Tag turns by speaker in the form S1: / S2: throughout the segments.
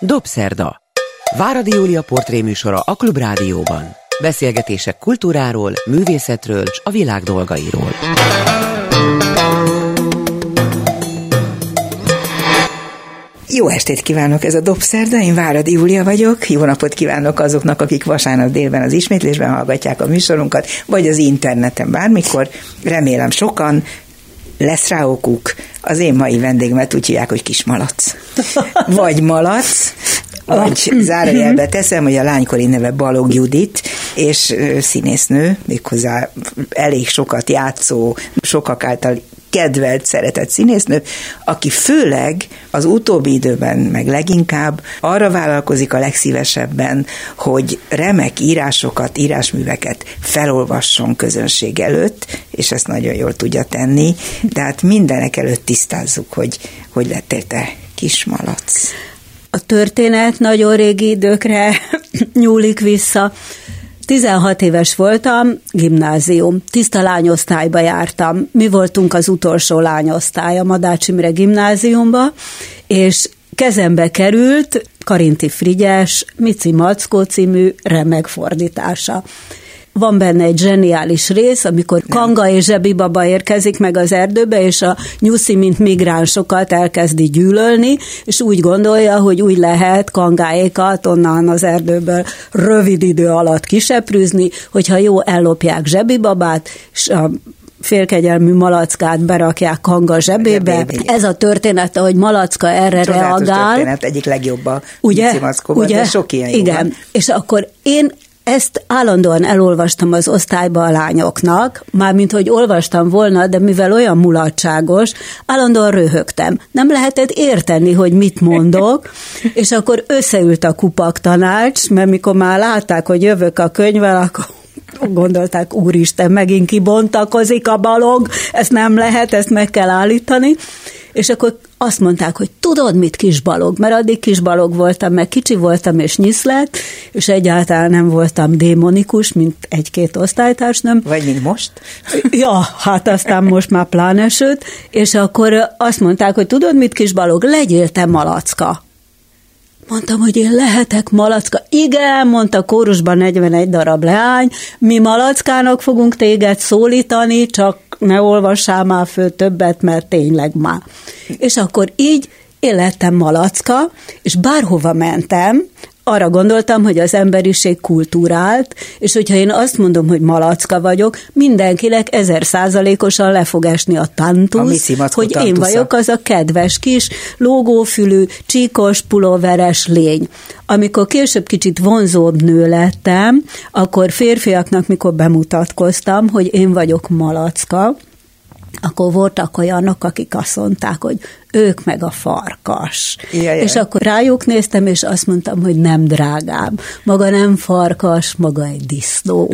S1: Dobszerda. Váradi Júlia portréműsora a Klubrádióban. Beszélgetések kultúráról, művészetről és a világ dolgairól.
S2: Jó estét kívánok, ez a Dobszerda, én Váradi Júlia vagyok. Jó napot kívánok azoknak, akik vasárnap délben az ismétlésben hallgatják a műsorunkat, vagy az interneten bármikor. Remélem sokan, lesz rá okuk. Az én mai vendégemet úgy hívják, hogy Kismalac. Vagy Malac, vagy zárójelbe teszem, hogy a lánykori neve Balogh Judit, és színésznő, méghozzá elég sokat játszó, sokak által kedvelt, szeretett színésznő, aki főleg az utóbbi időben, meg leginkább arra vállalkozik a legszívesebben, hogy remek írásokat, írásműveket felolvasson közönség előtt, és ezt nagyon jól tudja tenni, de hát mindenek előtt tisztázzuk, hogy lettél te Kismalac.
S3: A történet nagyon régi időkre nyúlik vissza. 16 éves voltam, gimnázium, tiszta lányosztályba jártam. Mi voltunk az utolsó lányosztály a Madács Imre gimnáziumba, és kezembe került Karinti Frigyes Mici Mackó című remek fordítása. Van benne egy zseniális rész, amikor Kanga és Zsebibaba érkezik meg az erdőbe, és a nyuszi, mint migránsokat elkezdi gyűlölni, és úgy gondolja, hogy úgy lehet Kangáékat onnan az erdőből rövid idő alatt kiseprűzni, hogyha jó ellopják Zsebibabát, és a félkegyelmű Malackát berakják Kanga zsebébe. Ez a történet, ahogy Malacka erre
S2: csodálatos
S3: reagál.
S2: Történet, egyik legjobb a Mici Mackóban, de sok ilyen
S3: igen.
S2: Van.
S3: És akkor én ezt állandóan elolvastam az osztályba a lányoknak, mármint hogy olvastam volna, de mivel olyan mulatságos, állandóan röhögtem. Nem lehetett érteni, hogy mit mondok, és akkor összeült a kupak tanács, mert mikor már látták, hogy jövök a könyvvel, akkor gondolták, úristen, megint kibontakozik a Balogh, ezt nem lehet, ezt meg kell állítani. És akkor azt mondták, hogy tudod mit, Kis Balogh, mert addig Kis Balogh voltam, meg kicsi voltam és nyisz lett, és egyáltalán nem voltam démonikus, mint egy-két osztálytársnőm.
S2: Vagy mint most?
S3: Ja, hát aztán most már pláne sőt, és akkor azt mondták, hogy tudod mit, Kis Balogh, legyél te Malacka. Mondtam, hogy én lehetek Malacka. Igen, mondta kórusban 41 darab leány, mi Malackának fogunk téged szólítani, csak ne olvassál már föl többet, mert tényleg már. És akkor így én lettem Malacka, és bárhova mentem, arra gondoltam, hogy az emberiség kultúrált, és hogyha én azt mondom, hogy Malacka vagyok, mindenkinek 1000%-osan le fog esni a tantusz, hogy én vagyok az a kedves kis, lógófülű, csíkos, pulóveres lény. Amikor később kicsit vonzóbb nő lettem, akkor férfiaknak, mikor bemutatkoztam, hogy én vagyok Malacka, akkor voltak olyanok, akik azt mondták, hogy ők meg a farkas. Jaj. És akkor rájuk néztem, és azt mondtam, hogy nem, drágám, maga nem farkas, maga egy disznó.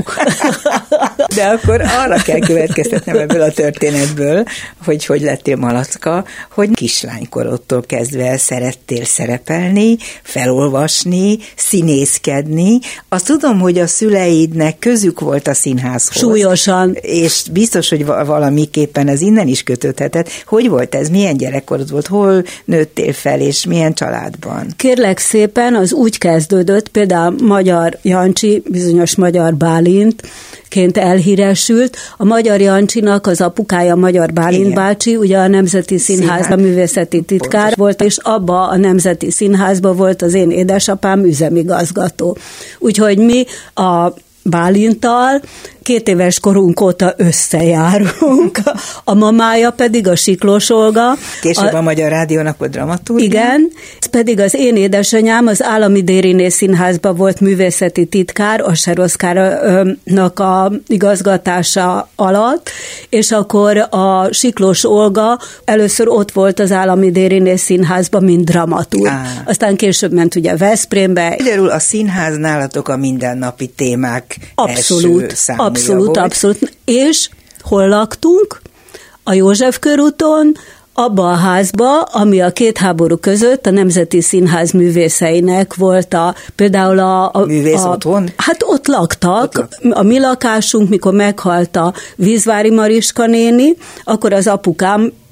S2: De akkor arra kell következtetnem ebből a történetből, hogy lettél Malacka, hogy kislánykorodtól kezdve szerettél szerepelni, felolvasni, színészkedni. Azt tudom, hogy a szüleidnek közük volt a színházhoz.
S3: Súlyosan.
S2: És biztos, hogy valamiképpen ez innen is kötődhetett. Hogy volt ez? Milyen gyerekkorod volt? Hol nőttél fel, és milyen családban?
S3: Kérlek szépen, az úgy kezdődött, például Magyar Jancsi, bizonyos Magyar Bálintként elhíresült. A Magyar Jancsinak az apukája Magyar Bálint igen. bácsi, ugye a Nemzeti Színházban művészeti titkár volt, és abba a Nemzeti Színházban volt az én édesapám üzemigazgató. Úgyhogy mi a Bálinttal 2 éves korunk óta összejárunk. A mamája pedig a Siklós Olga.
S2: Később a Magyar Rádiónak volt dramaturgia.
S3: Igen, ez pedig az én édesanyám az Állami Dériné Színházban volt művészeti titkár, a Seroszkának a igazgatása alatt, és akkor a Siklós Olga először ott volt az Állami Dériné Színházban, mint dramaturg. Aztán később ment ugye Veszprémbe.
S2: Magyarul a színház nálatok a mindennapi témák
S3: abszolút. És hol laktunk? A József körúton, abba a házba, ami a két háború között a Nemzeti Színház művészeinek volt például a
S2: művész otthon?
S3: Hát ott laktak. A mi lakásunk, mikor meghalt a Vízvári Mariska néni, akkor az apukám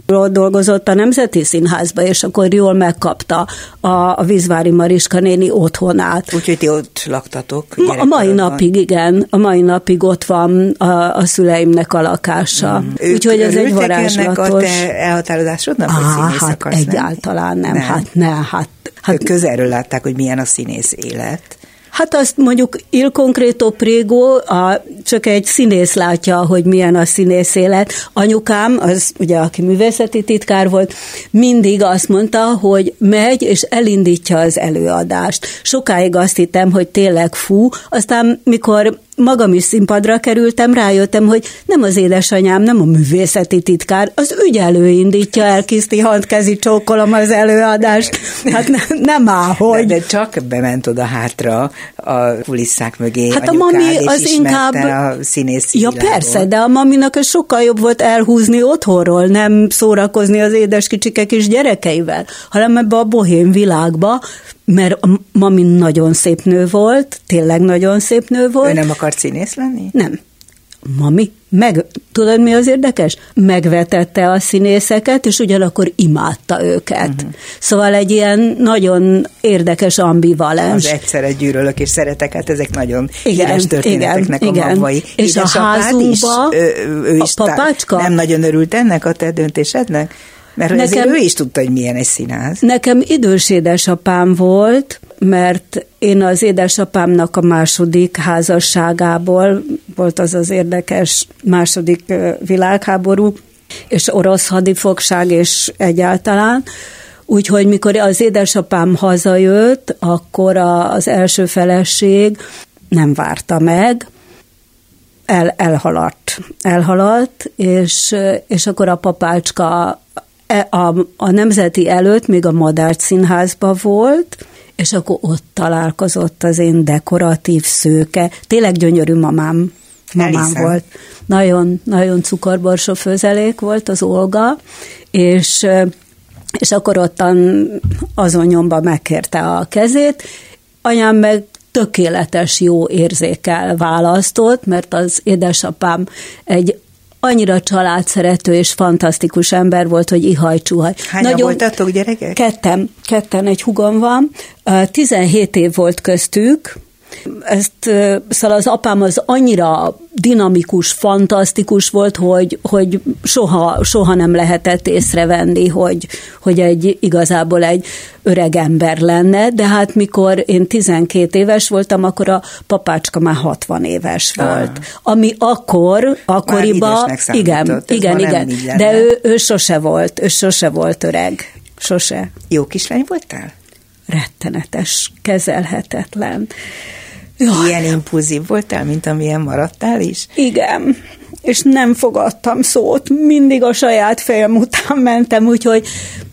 S3: dolgozott a Nemzeti Színházba, és akkor jól megkapta a Vizvári Mariska néni otthonát.
S2: Úgyhogy ti ott laktatok?
S3: A mai napig, igen. A mai napig ott van a szüleimnek a lakása. Úgyhogy ez egy varázslatos.
S2: Ennek a te elhatározásodnak, hogy színész akarsz lenni?
S3: Egyáltalán nem. Hát
S2: ők közelről látták, hogy milyen a színész élet.
S3: Hát azt mondjuk il concreto prego, csak egy színész látja, hogy milyen a színész élet. Anyukám, az ugye, aki művészeti titkár volt, mindig azt mondta, hogy megy és elindítja az előadást. Sokáig azt hittem, hogy tényleg fú, aztán mikor magam is színpadra kerültem, rájöttem, hogy nem az édesanyám, nem a művészeti titkár, az ügyelő indítja el, Kiszti handkezi csókolom az előadást. Hát nem áll, hogy...
S2: De csak bement oda hátra a kulisszák mögé
S3: hát
S2: anyukád,
S3: a mami
S2: és
S3: az inkább
S2: a színészi
S3: ja
S2: világból.
S3: Persze, de a maminak ez sokkal jobb volt elhúzni otthonról, nem szórakozni az édes kicsike kis gyerekeivel, hanem ebbe a bohém világba, mert a mami nagyon szép nő volt, tényleg nagyon szép nő volt.
S2: Ő nem akart színész lenni?
S3: Nem. Mami, tudod mi az érdekes? Megvetette a színészeket, és ugyanakkor imádta őket. Szóval egy ilyen nagyon érdekes ambivalens.
S2: Az egyszerre gyűlölök és szeretek, hát ezek nagyon híres történeteknek a magvai.
S3: És a házunkba
S2: ő is
S3: a papácska?
S2: Nem nagyon örült ennek a te döntésednek? Mert azért ő is tudta, hogy milyen egy színház.
S3: Nekem idős édesapám volt, mert én az édesapámnak a második házasságából, volt az érdekes második világháború, és orosz hadifogság, és egyáltalán. Úgyhogy mikor az édesapám hazajött, akkor az első feleség nem várta meg, elhaladt, és akkor a papácska a Nemzeti előtt még a Madách Színházban volt, és akkor ott találkozott az én dekoratív szőke. Tényleg gyönyörű mamám volt. Nagyon, nagyon cukorborsó főzelék volt az Olga, és akkor ottan azon nyomba megkérte a kezét. Anyám meg tökéletes jó érzékkel választott, mert az édesapám egy annyira családszerető és fantasztikus ember volt, hogy ihaj-csuhaj.
S2: Hányan voltatok gyerekek?
S3: Ketten egy húgom van. 17 év volt köztük. Szóval az apám az annyira dinamikus, fantasztikus volt, hogy soha nem lehetett észrevenni, hogy igazából egy öreg ember lenne, de hát mikor én 12 éves voltam, akkor a papácska már 60 éves volt. Ami akkoriban, igen, de ő sose volt öreg. Sose.
S2: Jó kislány voltál?
S3: Rettenetes, kezelhetetlen.
S2: Ilyen impulzív voltál, mint amilyen maradtál is?
S3: Igen, és nem fogadtam szót, mindig a saját fejem után mentem, úgyhogy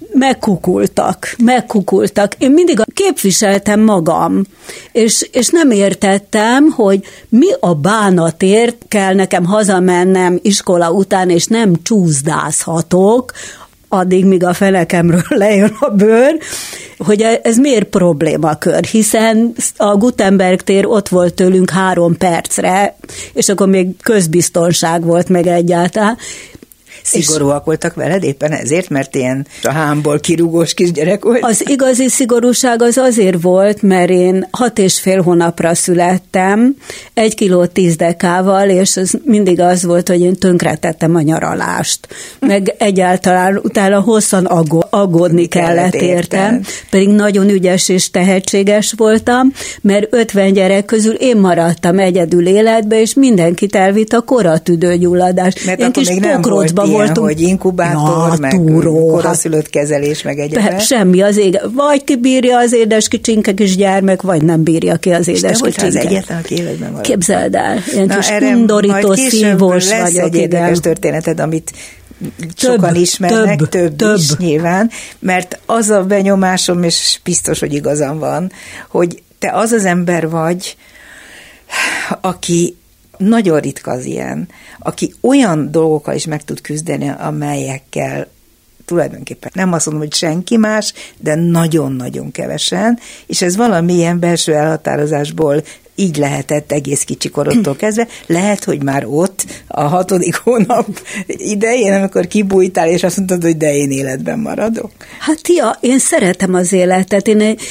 S3: megkukultak. Én mindig képviseltem magam, és nem értettem, hogy mi a bánatért kell nekem hazamennem iskola után, és nem csúszdázhatok, addig, míg a fenekemről lejön a bőr, hogy ez miért problémakör, hiszen a Gutenberg tér ott volt tőlünk 3 percre, és akkor még közbiztonság volt meg egyáltalán.
S2: Szigorúak voltak veled éppen ezért, mert ilyen a hámból kirúgós kisgyerek volt?
S3: Az igazi szigorúság az azért volt, mert én 6,5 hónapra születtem, 1 kiló 10 dekával, és ez mindig az volt, hogy én tönkretettem a nyaralást. Meg egyáltalán utána hosszan aggódni kellett értem. Pedig nagyon ügyes és tehetséges voltam, mert 50 gyerek közül én maradtam egyedül életbe, és mindenkit elvitt a koratüdőgyulladás.
S2: Mert én kis pokrocba voltunk. Hogy inkubátor, meg koraszülött kezelés, meg egyébként.
S3: Semmi az ég. Vagy kibírja az édes kicsinke kis gyermek, vagy nem bírja ki az édes kicsinke.
S2: És te az egyetlen, aki életben maradt.
S3: Képzeld el, ilyen kis undorító szívós vagyok.
S2: Lesz egy érdekes történeted, amit sokan ismernek, több is nyilván, mert az a benyomásom, és biztos, hogy igazam van, hogy te az az ember vagy, aki nagyon ritka az ilyen, aki olyan dolgokkal is meg tud küzdeni, amelyekkel tulajdonképpen nem azt mondom, hogy senki más, de nagyon-nagyon kevesen, és ez valamilyen belső elhatározásból így lehetett egész kicsi korodtól kezdve. Lehet, hogy már ott a 6. hónap idején, amikor kibújtál, és azt mondtad, hogy de én életben maradok.
S3: Hát ja, én szeretem az életet.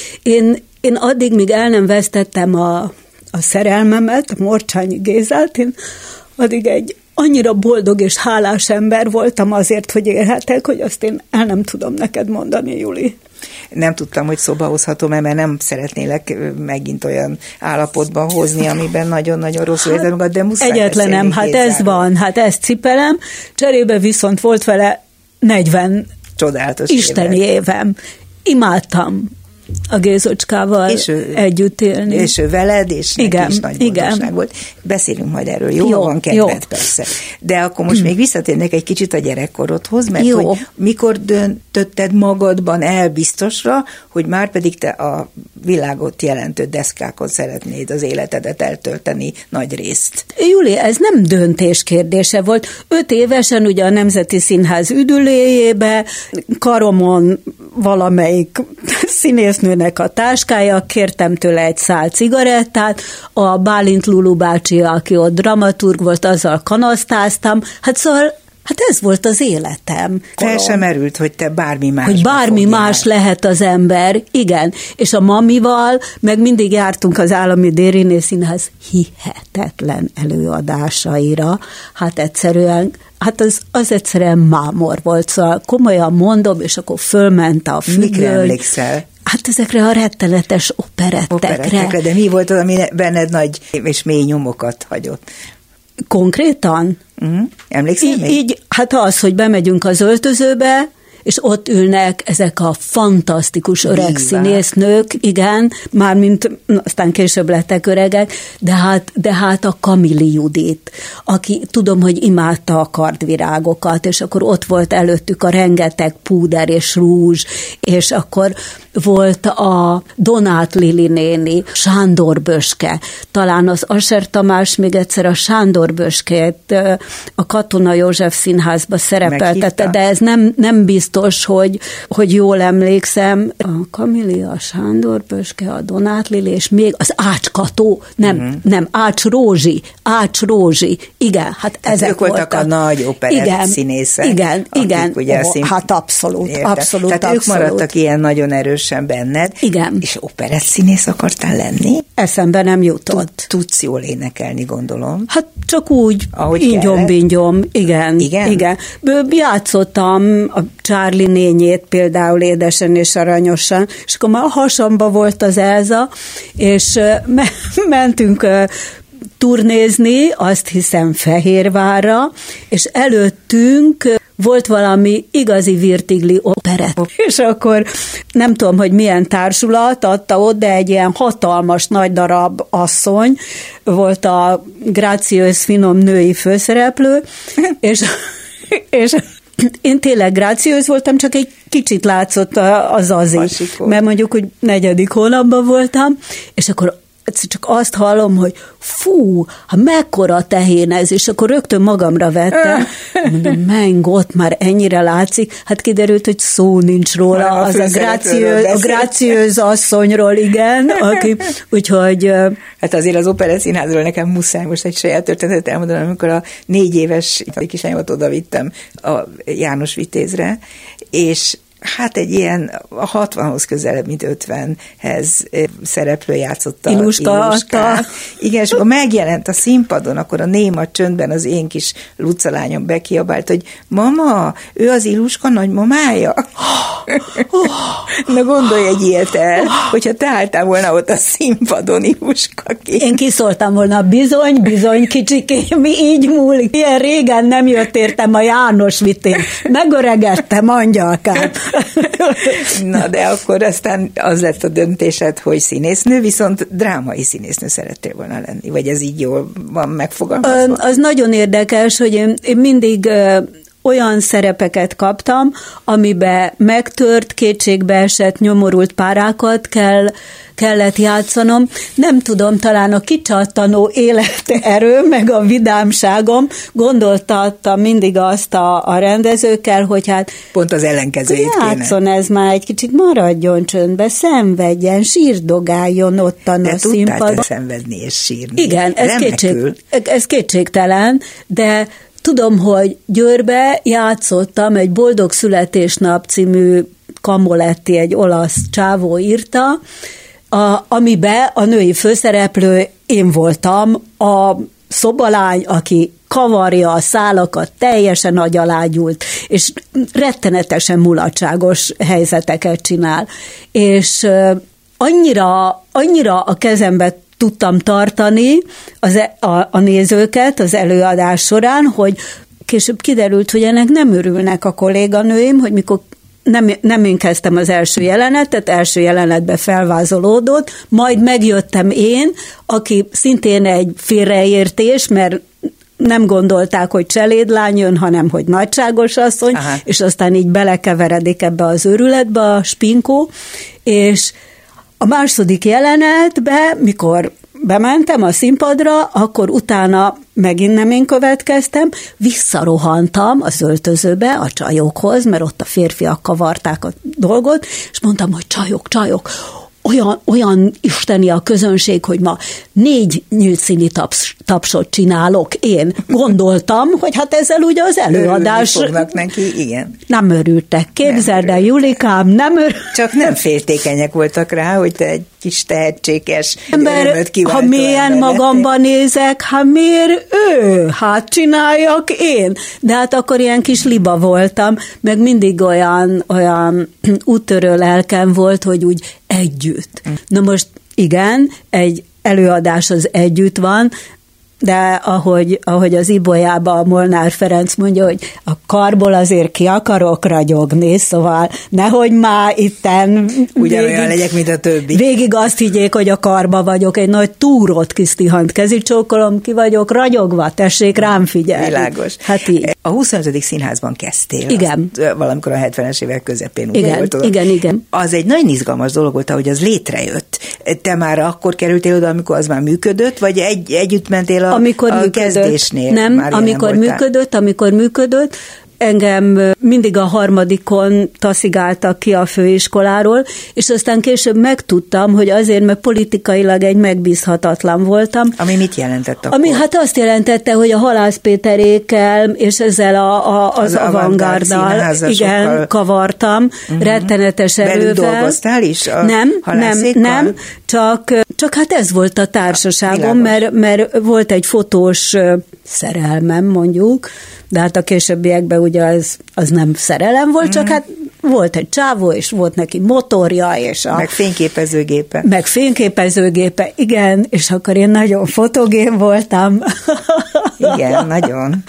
S3: Én addig, míg el nem vesztettem a szerelmemet, a Morcsányi Gézát, én addig egy annyira boldog és hálás ember voltam azért, hogy élhetek, hogy azt én el nem tudom neked mondani, Juli.
S2: Nem tudtam, hogy szóba hozhatom-e, mert nem szeretnélek megint olyan állapotban hozni, amiben nagyon-nagyon rosszul érzem magad, de muszáj
S3: egyetlen nem, hát ez van, hát ezt cipelem, cserébe viszont volt vele 40
S2: csodálatos
S3: isteni évem. Imádtam a Gézocskával együtt élni.
S2: És ő veled, és neki is nagy boldogság volt. Beszélünk majd erről, jó? Van kedved, persze. De akkor most még visszatérnek egy kicsit a gyerekkorodhoz, mert hogy mikor döntötted magadban el biztosra, hogy már pedig te a világot jelentő deszkákon szeretnéd az életedet eltölteni nagy részt.
S3: Júli, ez nem döntés kérdése volt. 5 évesen ugye a Nemzeti Színház üdüléjébe, karomon valamelyik színésznőnek a táskája, kértem tőle egy szál cigarettát, a Bálint Lulu bácsi, aki ott dramaturg volt, azzal kanasztáztam, hát szóval ez volt az életem.
S2: Fel sem merült, hogy te bármi más.
S3: Hogy bármi más lehet az ember, igen. És a mamival meg mindig jártunk az Állami Dérinné Színház hihetetlen előadásaira. Hát egyszerűen, az egyszerűen mámor volt, szóval komolyan mondom, és akkor fölment a függöny.
S2: Mikre emlékszel?
S3: Hát ezekre a rettenetes operettekre.
S2: De mi volt az, ami benned nagy és mély nyomokat hagyott?
S3: Konkrétan?
S2: Emlékszel még?
S3: Így, hát az, hogy bemegyünk az öltözőbe, és ott ülnek ezek a fantasztikus öreg színésznők, igen, mármint aztán később lettek öregek, de hát a Kamili Judit, aki tudom, hogy imádta a kardvirágokat, és akkor ott volt előttük a rengeteg púder és rúzs, és akkor volt a Donát Lili néni, Sándor Böske, talán az Asser Tamás még egyszer a Sándor Böskét a Katona József Színházba szerepeltette, de ez nem biztos, hogy jól emlékszem. A Kamili, a Sándor Böske, a Donát Lili, és még az Ács Kató, nem, Ács Rózsi, igen, hát ezek
S2: ők voltak a nagy operett színészek.
S3: Igen, hát abszolút.
S2: Tehát ők maradtak ilyen nagyon erősen benned.
S3: Igen.
S2: És operett színész akartál lenni?
S3: Eszembe nem jutott.
S2: Tudsz jól énekelni, gondolom.
S3: Hát csak úgy,
S2: ahogy
S3: ingyom, igen. Játszottam a Charlie nényét például Édesen és aranyosan, és akkor már a hasamba volt az Elza, és mentünk turnézni, azt hiszem Fehérvárra, és előttünk volt valami igazi virtigli operett. És akkor nem tudom, hogy milyen társulat adta ott, de egy ilyen hatalmas nagy darab asszony volt a grációs finom női főszereplő, és én tényleg grációs voltam, csak egy kicsit látszott az azért, mert mondjuk, hogy 4. hónapban voltam, és akkor csak azt hallom, hogy fú, mekkora tehén ez, és akkor rögtön magamra vettem, mondom, menj, már ennyire látszik, hát kiderült, hogy szó nincs róla, az a grációs asszonyról, igen, aki, úgyhogy...
S2: Hát azért az Operett Színházról nekem muszáj most egy saját történetet elmondanom, amikor a 4 éves kislányomat oda vittem a János Vitézre, és hát egy ilyen a 60-hoz közelebb, mint 50-hez szereplő játszotta Iluskát. Igen, és akkor megjelent a színpadon, akkor a néma csöndben az én kis lucalányom bekiabált, hogy mama, ő az Iluska nagymamája? Na gondolj egy ilyet el, hogyha te álltál volna ott a színpadon Iluskaként.
S3: Én kiszóltam volna, bizony, kicsikém, így múlik. Ilyen régen nem jött értem a János Vitéz. Megöregettem, angyalkám.
S2: Na, de akkor aztán az lett a döntésed, hogy színésznő, viszont drámai színésznő szerettél volna lenni, vagy ez így jól van megfogalmazva?
S3: Az nagyon érdekes, hogy én mindig olyan szerepeket kaptam, amiben megtört, kétségbeesett, nyomorult párákat kellett játszanom. Nem tudom, talán a kicsattanó életerő, meg a vidámságom gondoltattam mindig azt a rendezőkkel, hogy hát
S2: pont az ellenkezőjét
S3: játszon ez már egy kicsit, maradjon csöndbe, szenvedjen, sírdogáljon ottan a színpadon.
S2: De tudtál te szenvedni és sírni.
S3: Igen, ez kétségtelen, de tudom, hogy Győrbe játszottam, egy Boldog születésnap című Camoletti, egy olasz csávó írta, amiben a női főszereplő én voltam, a szobalány, aki kavarja a szálakat, teljesen agyalágyult, és rettenetesen mulatságos helyzeteket csinál. És annyira a kezembe tudtam tartani a nézőket az előadás során, hogy később kiderült, hogy ennek nem örülnek a kolléganőim, hogy mikor nem én kezdtem az első jelenetet, első jelenetbe felvázolódott, majd megjöttem én, aki szintén egy félreértés, mert nem gondolták, hogy cselédlány jön, hanem hogy nagyságos asszony, aha, és aztán így belekeveredik ebbe az őrületbe a spinkó, és a második jelenetbe, mikor bementem a színpadra, akkor utána megint nem én következtem, visszarohantam az öltözőbe a csajokhoz, mert ott a férfiak kavarták a dolgot, és mondtam, hogy csajok, olyan isteni a közönség, hogy ma 4 nyíltszíni tapsot csinálok én. Gondoltam, hogy hát ezzel ugye az előadás...
S2: Örülni fognak neki, igen.
S3: Nem örültek. Képzeld el, Julikám, nem örültek.
S2: Csak nem féltékenyek voltak rá, hogy te egy kis tehetséges örömöt kiváltó
S3: ha mélyen magamban nézek, hát miért ő? Hát csináljak én. De hát akkor ilyen kis liba voltam, meg mindig olyan úttörő lelkem volt, hogy úgy együtt. Na most igen, egy előadás az együtt van, de ahogy az Ibolyában a Molnár Ferenc mondja, hogy a karból azért ki akarok ragyogni, szóval nehogy már itten
S2: ugyanolyan legyek, mint a többi.
S3: Végig azt higgyék, hogy a karba vagyok, egy nagy túrót kisztihant kezicsókolom, ki vagyok ragyogva, tessék rám figyelni.
S2: Világos.
S3: Hát így.
S2: A 25. Színházban kezdtél.
S3: Igen.
S2: Valamikor a 70-es évek közepén.
S3: Igen.
S2: Az egy nagyon izgalmas dolog volt, ahogy az létrejött. Te már akkor kerültél oda, amikor az már működött, vagy együtt mentél a kezdésnél?
S3: Nem, amikor működött, engem mindig a harmadikon taszigáltak ki a főiskoláról, és aztán később megtudtam, hogy azért, mert politikailag egy megbízhatatlan voltam.
S2: Ami mit jelentett akkor?
S3: Ami hát azt jelentette, hogy a Halász Péterékkel és ezzel az avantgárdal kavartam, rettenetes erővel.
S2: Belül dolgoztál is a
S3: Nem, csak hát ez volt a társaságom, mert volt egy fotós szerelmem, mondjuk, de hát a későbbiekben ugye az nem szerelem volt, csak hát volt egy csávó, és volt neki motorja, és
S2: meg fényképezőgépe.
S3: Meg fényképezőgépe, igen, és akkor én nagyon fotogén voltam.
S2: Igen, nagyon.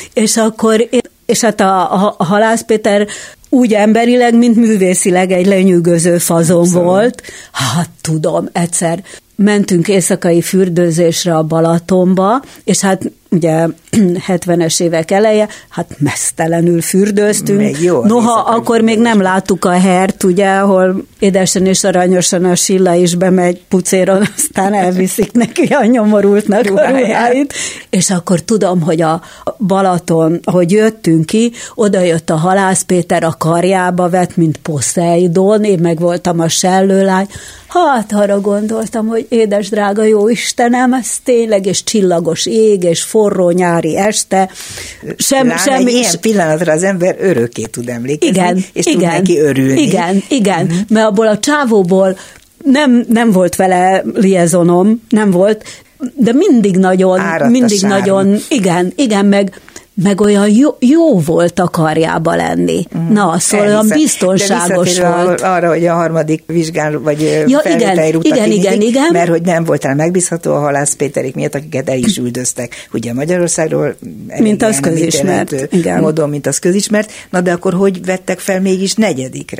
S3: És hát a Halász Péter úgy emberileg, mint művészileg egy lenyűgöző fazon volt. Hát tudom, egyszer mentünk éjszakai fürdőzésre a Balatonba, és hát ugye 70-es évek eleje, hát mesztelenül fürdőztünk. Noha akkor még nem láttuk a hert, ugye, ahol édesen és aranyosan a Silla is bemegy pucéron, aztán elviszik neki a nyomorultnak a ruháit. És akkor tudom, hogy a Balaton, ahogy jöttünk ki, oda jött a Halász Péter, a karjába vett, mint Poseidon, én meg voltam a sellőlány. Hát arra gondoltam, hogy édes drága jó Istenem, ez tényleg, és csillagos ég, és forró nyári este.
S2: Semmi ilyen pillanatra az ember örökké tud emlékezni, és tud neki örülni.
S3: Igen, mert abból a csávóból nem volt vele liaisonom, nem volt, de mindig nagyon, igen, meg olyan jó volt a karjába lenni. Na, szóval olyan biztonságos volt.
S2: Arra, hogy a harmadik vizsgáló, vagy felvételi rutat
S3: igen.
S2: Mert hogy nem voltál megbízható a Halász Péterék miatt, akiket el is üldöztek. Ugye Magyarországról
S3: mint az közismert.
S2: Módon, mint az közismert. Na, de akkor hogy vettek fel mégis negyedikre?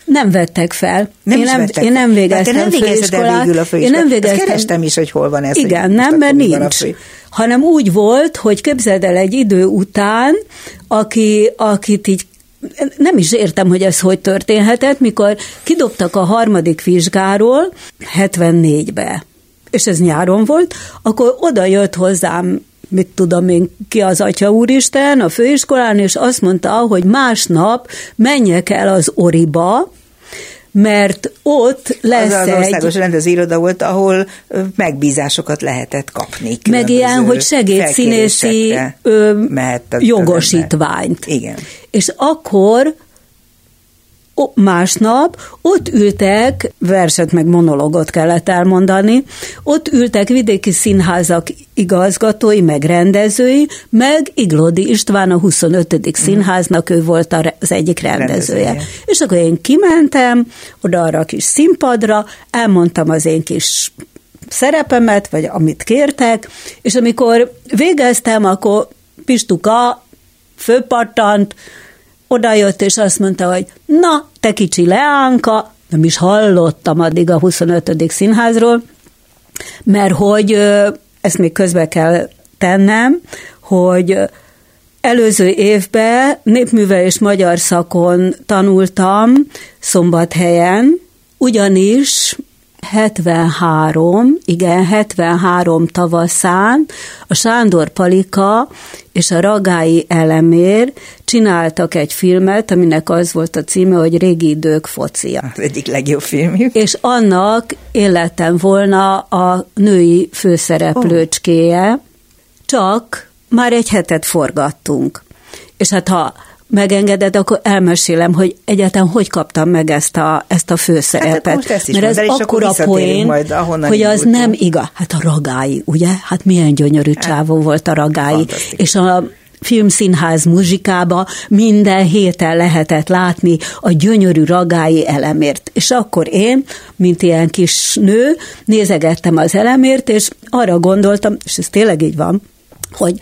S3: Nem vettek fel. Én nem végeztem főiskolát.
S2: Én nem végeztem. Kerestem is, hogy hol van ez.
S3: Igen, nem, mert nincs. Hanem úgy volt, hogy képzeld el egy idő után, akit így nem is értem, hogy ez hogy történhetett, mikor kidobtak a harmadik vizsgáról 74-be, és ez nyáron volt, akkor oda jött hozzám, mit tudom én, ki az Atya Úristen a főiskolán, és azt mondta, hogy másnap menjek el az Oriba, mert ott lesz
S2: az országos rendezőiroda volt, ahol megbízásokat lehetett kapni.
S3: Meg ilyen, hogy segédszínészi jogosítványt.
S2: Igen.
S3: És akkor másnap ott ültek, verset meg monológot kellett elmondani, ott ültek vidéki színházak igazgatói, meg rendezői, meg Iglódi István a 25. színháznak, ő volt az egyik rendezője. És akkor én kimentem oda arra a kis színpadra, elmondtam az én kis szerepemet, vagy amit kértek, és amikor végeztem, akkor Pistuka fölpattant, odajött, és azt mondta, hogy na, te kicsi leánka, nem is hallottam addig a 25. színházról, mert hogy ezt még közbe kell tennem, hogy előző évben népművel és magyar szakon tanultam Szombathelyen, ugyanis 73 tavaszán a Sándor Palika és a Ragályi Elemér csináltak egy filmet, aminek az volt a címe, hogy Régi idők focia.
S2: Az egyik legjobb filmjük.
S3: És annak én lettem volna a női főszereplőcskéje, csak már egy hetet forgattunk. És hát ha megengeded, akkor elmesélem, hogy egyáltalán hogy kaptam meg ezt a főszerepet.
S2: Hát
S3: mert ez akkora poén, hogy az nem igaz. Hát a Ragályi, ugye? Hát milyen gyönyörű csávó volt a Ragályi. És a Filmszínház muzsikába minden héten lehetett látni a gyönyörű Ragályi Elemért. És akkor én, mint ilyen kis nő, nézegettem az Elemért, és arra gondoltam, és ez tényleg így van, hogy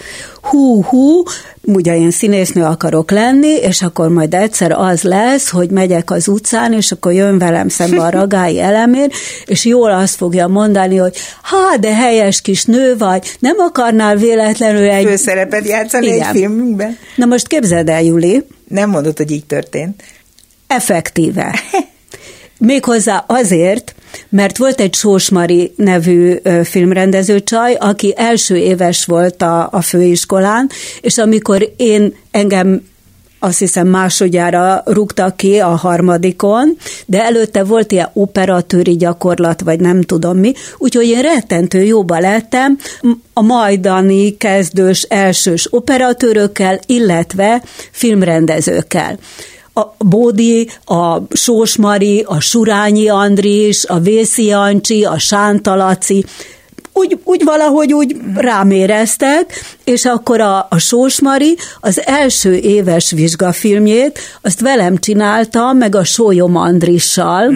S3: ugye én színésznő akarok lenni, és akkor majd egyszer az lesz, hogy megyek az utcán, és akkor jön velem szembe a Ragályi Elemér, és jól azt fogja mondani, hogy de helyes kis nő vagy, nem akarnál véletlenül egy...
S2: főszerepet játszani egy filmünkben?
S3: Na most képzeld el, Juli.
S2: Nem mondod, hogy így történt.
S3: Effektíve. Méghozzá azért, mert volt egy Sós Mari nevű filmrendezőcsaj, aki első éves volt a főiskolán, és amikor engem azt hiszem másodjára rúgtak ki a harmadikon, de előtte volt ilyen operatőri gyakorlat, vagy nem tudom mi, úgyhogy én rettentő jóba lettem a majdani kezdős elsős operatőrökkel, illetve filmrendezőkkel. A Bódi, a Sós Mari, a Surányi Andris, a Vészi Jancsi, a Sánta Laci, úgy valahogy úgy rám éreztek, és akkor a Sós Mari az első éves vizsgafilmjét, azt velem csinálta, meg a Sólyom Andrissal,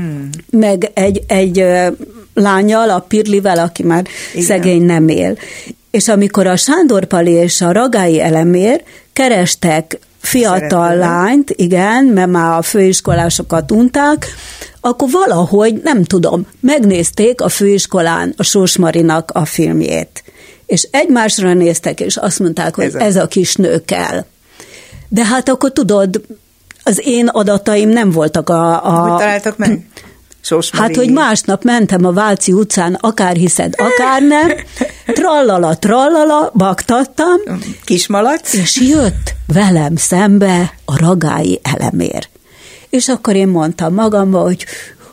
S3: meg egy lányal, a Pirlivel, aki már szegény nem él. És amikor a Sándor Pali és a Ragályi Elemér kerestek fiatal lányt, igen, mert már a főiskolásokat unták, akkor valahogy, nem tudom, megnézték a főiskolán a Sós Marinak a filmjét. És egymásra néztek, és azt mondták, hogy ez a kis nő kell. De hát akkor tudod, az én adataim nem voltak
S2: Hogy találtak meg?
S3: Hát, hogy másnap mentem a Váci utcán, akár hiszed, akár nem, trallala, baktattam.
S2: Kismalac.
S3: És jött velem szembe a Ragályi Elemér. És akkor én mondtam magamba, hogy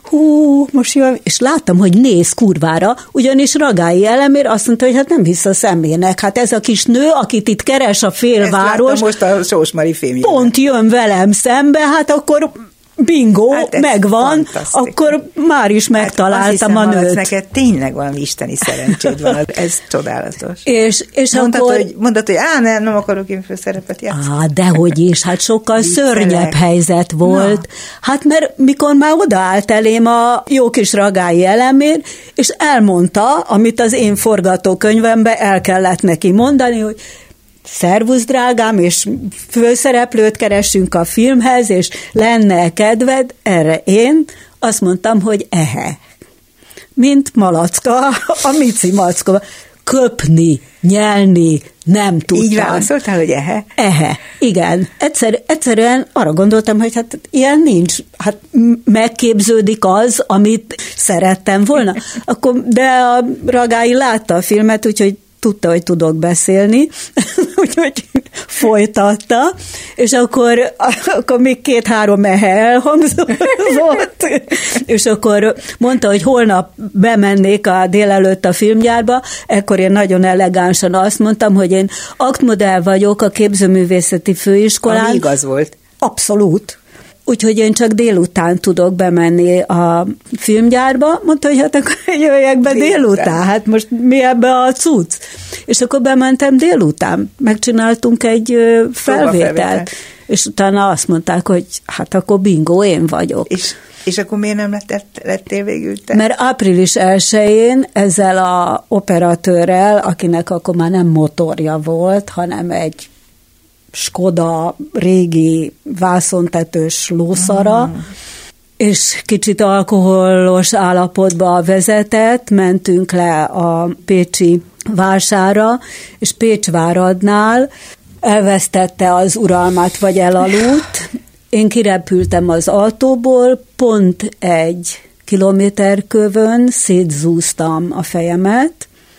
S3: most jön, és láttam, hogy néz kurvára, ugyanis Ragályi Elemér azt mondta, hogy hát nem hisz a szemének, hát ez a kis nő, akit itt keres a félváros.
S2: Ezt most a Sós Mari filmjében.
S3: Pont jön velem szembe, hát akkor bingo, megvan, akkor már is megtaláltam a nőt.
S2: Neked tényleg van isteni szerencséd van, ez csodálatos.
S3: És
S2: mondtad, hogy nem akarok én főszerepet játszani.
S3: Dehogy is, hát sokkal szörnyebb helyzet volt. Na. Hát mert mikor már odaállt elém a jó kis Ragályi Elemér, és elmondta, amit az én forgatókönyvemben el kellett neki mondani, hogy szervusz drágám, és főszereplőt keresünk a filmhez, és lenne kedved, erre én azt mondtam, hogy ehe. Mint malacka, a Mici Macka. Köpni, nyelni, nem tudtam.
S2: Így válaszoltál, hogy ehe?
S3: Ehe, igen. Egyszerűen arra gondoltam, hogy hát ilyen nincs. Hát megképződik az, amit szerettem volna. De a Ragályi látta a filmet, úgyhogy tudta, hogy tudok beszélni, úgyhogy folytatta, és akkor még 2-3 ehe elhangzott, és akkor mondta, hogy holnap bemennék a délelőtt a filmgyárba, ekkor én nagyon elegánsan azt mondtam, hogy én aktmodell vagyok a képzőművészeti főiskolán.
S2: Ami igaz volt.
S3: Abszolút. Úgyhogy én csak délután tudok bemenni a filmgyárba. Mondta, hogy hát akkor jöjjek be délután. Hát most mi ebbe a cucc? És akkor bementem délután. Megcsináltunk egy felvételt. És utána azt mondták, hogy hát akkor bingo, én vagyok.
S2: És akkor miért nem lettél végül te?
S3: Mert április 1-én ezzel a operatőrrel, akinek akkor már nem motorja volt, hanem egy Skoda régi vászontetős lószara, és kicsit alkoholos állapotba vezetett, mentünk le a pécsi Vársára, és Pécsváradnál elvesztette az uralmát, vagy elaludt. Én kirepültem az autóból, pont 1 kilométerkövön szétzúztam a fejemet,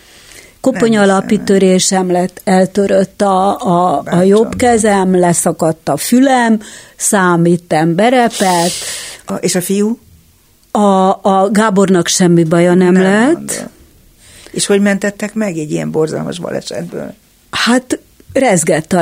S3: koponyalapitörésem lett, eltörött a jobb kezem, leszakadt a fülem, számítem berepett.
S2: És a fiú?
S3: A Gábornak semmi baja nem lett.
S2: Mondom. És hogy mentettek meg egy ilyen borzalmas balesetből?
S3: Hát rezgett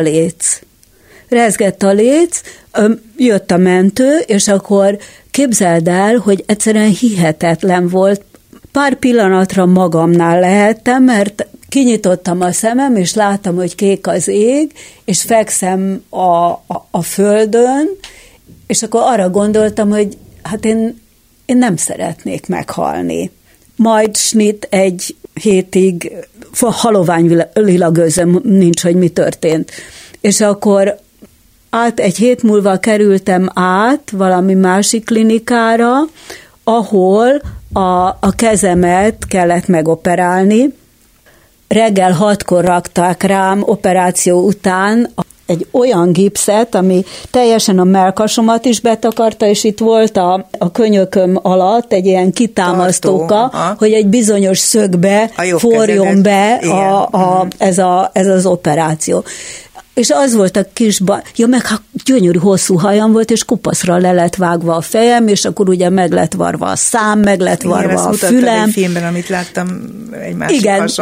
S3: a léc, jött a mentő, és akkor képzeld el, hogy egyszerűen hihetetlen volt. Pár pillanatra magamnál lehettem, mert kinyitottam a szemem, és láttam, hogy kék az ég, és fekszem a földön, és akkor arra gondoltam, hogy hát én nem szeretnék meghalni. Majd snit 1 hétig halovány lila gőzöm nincs, hogy mi történt. És akkor 1 hét múlva kerültem át valami másik klinikára, ahol a kezemet kellett megoperálni. Reggel 6-kor rakták rám operáció után egy olyan gipszet, ami teljesen a mellkasomat is betakarta, és itt volt a könyököm alatt egy ilyen kitámasztóka, hogy egy bizonyos szögbe forjon be ez az operáció. És az volt a kis meg gyönyörű hosszú hajam volt, és kupaszra le lett vágva a fejem, és akkor ugye meg lett varva a szám, meg lett varva a fülem.
S2: Egy filmben, amit láttam, egy másik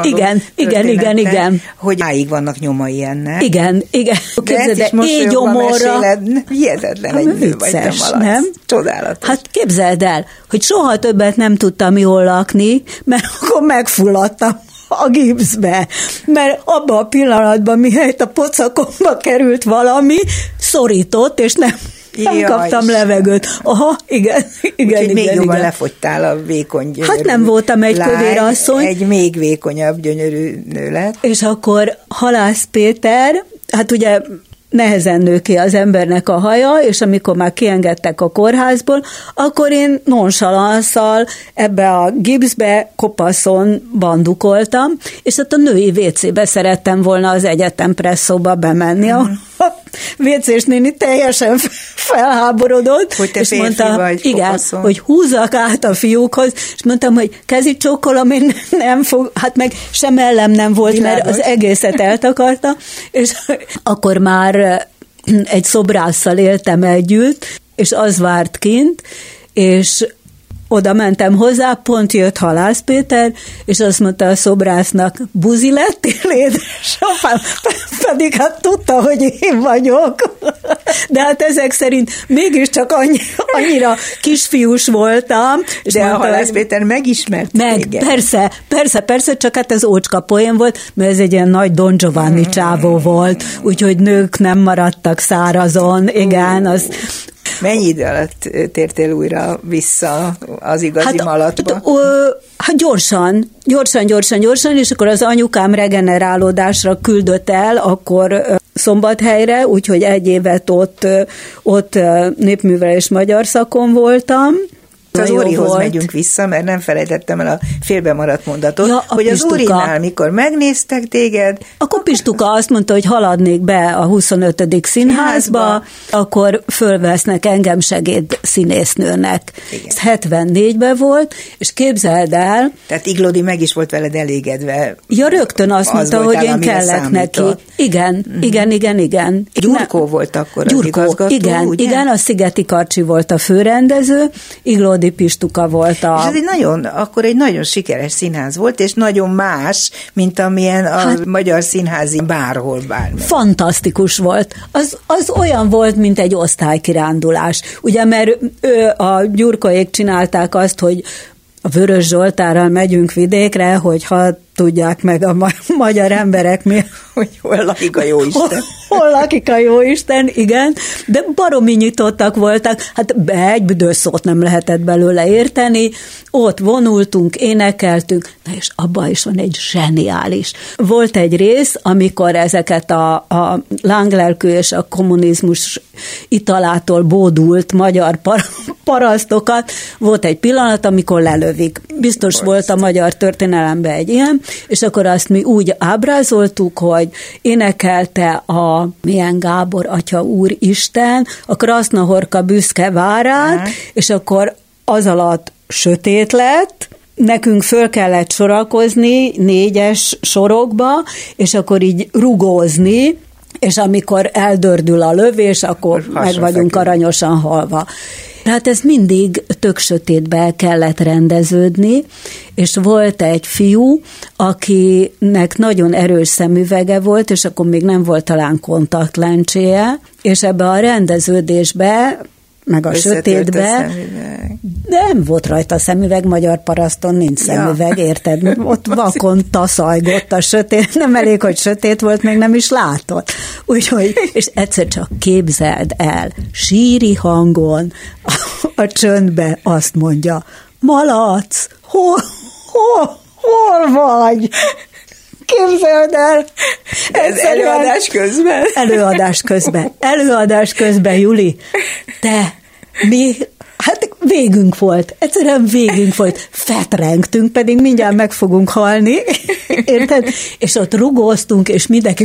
S3: igen.
S2: Hogy máig vannak nyomai ennek.
S3: Igen.
S2: Képzeld, és mosolyogva hihetetlen egy nő vagy te malac. Nem? Csodálatos.
S3: Hát képzeld el, hogy soha többet nem tudtam jól lakni, mert akkor megfulladtam a gipszbe, mert abban a pillanatban, mihelyt a pocakomba került valami, szorított, és nem kaptam levegőt. Aha, igen.
S2: Még jobban lefogytál a vékony gyönyörű.
S3: Hát nem voltam egy kövérasszony.
S2: Egy még vékonyabb gyönyörű nő lett.
S3: És akkor Halász Péter, hát ugye nehezen nő ki az embernek a haja, és amikor már kiengedtek a kórházból, akkor én nonchalanszal ebbe a gipszbe, kopaszon bandukoltam, és ott a női WC-be szerettem volna az egyetem presszóba bemenni, a WC-s néni teljesen felháborodott,
S2: hogy te
S3: és mondta,
S2: vagy,
S3: igen,
S2: kopaszon.
S3: hogy húzzak át a fiúkhoz, és mondtam, hogy kezicsókolom, én nem fog, hát meg sem ellem nem volt, világos, mert az egészet eltakarta, és akkor már egy szobrásszal éltem együtt, és az várt kint, és oda mentem hozzá, pont jött Halász Péter, és azt mondta a szobrásznak, buzi lettél, édesapám? Pedig hát tudta, hogy én vagyok. De hát ezek szerint mégiscsak annyira kisfiús voltam. És
S2: de mondta, a Halász Péter megismert téged.
S3: Persze, csak hát ez ócska poén volt, mert ez egy ilyen nagy Don Giovanni csávó volt, úgyhogy nők nem maradtak szárazon, igen, az...
S2: Mennyi idő alatt tértél újra vissza az igazi malatba?
S3: Hát gyorsan, és akkor az anyukám regenerálódásra küldött el, akkor Szombathelyre, úgyhogy 1 évet ott népművelés magyar szakon voltam.
S2: Az Órihoz megyünk vissza, mert nem felejtettem el a félbemaradt mondatot, ja, hogy az Órinál, mikor megnéztek téged...
S3: Akkor Pistuka azt mondta, hogy haladnék be a 25. színházba, akkor fölvesznek engem segédszínésznőnek. Ez 74-ben volt, és képzeld el...
S2: Tehát Iglódi meg is volt veled elégedve.
S3: Ja, rögtön azt mondta, hogy én kellek neki. Igen.
S2: Gyurkó volt akkor az igazgató,
S3: igen, a Szigeti Karcsi volt a főrendező, Iglódi Pistuka volt a...
S2: És ez akkor egy nagyon sikeres színház volt, és nagyon más, mint amilyen a magyar színházi bárhol bármi.
S3: Fantasztikus volt. Az olyan volt, mint egy osztálykirándulás. Ugye, mert a Gyurkóék csinálták azt, hogy a Vörös Zsoltárral megyünk vidékre, hogyha tudják meg a magyar emberek,
S2: hogy hol lakik a jóisten.
S3: Hol lakik a jóisten, igen, de baromi nyitottak voltak, hát egy büdös szót nem lehetett belőle érteni, ott vonultunk, énekeltünk, na és abban is van egy zseniális. Volt egy rész, amikor ezeket a lánglelkű és a kommunizmus italától bódult magyar parasztokat, volt egy pillanat, amikor lelövik. Biztos volt a magyar történelemben egy ilyen, és akkor azt mi úgy ábrázoltuk, hogy énekelte a milyen Gábor Atya Úristen, a Krasznahorka büszke várát, és akkor az alatt sötét lett, nekünk föl kellett sorakozni 4-es sorokba, és akkor így rugózni, és amikor eldördül a lövés, akkor meg vagyunk aranyosan halva. Hát ez mindig tök sötétbe kellett rendeződni, és volt egy fiú, akinek nagyon erős szemüvege volt, és akkor még nem volt talán kontaktlencséje, és ebbe a rendeződésbe, meg a sötétbe, nem volt rajta szemüveg, magyar paraszton nincs szemüveg, érted? Ott vakon taszajgott a sötét, nem elég, hogy sötét volt, még nem is látott. Úgyhogy, és egyszer csak képzeld el, síri hangon a csöndbe azt mondja, Malac, hol vagy? Képzeld el!
S2: Ez
S3: Előadás közben, Juli. De mi, hát végünk volt. Egyszerűen végünk volt. Fetrengtünk, pedig mindjárt meg fogunk halni. Érted? És ott rugóztunk, és mindenki...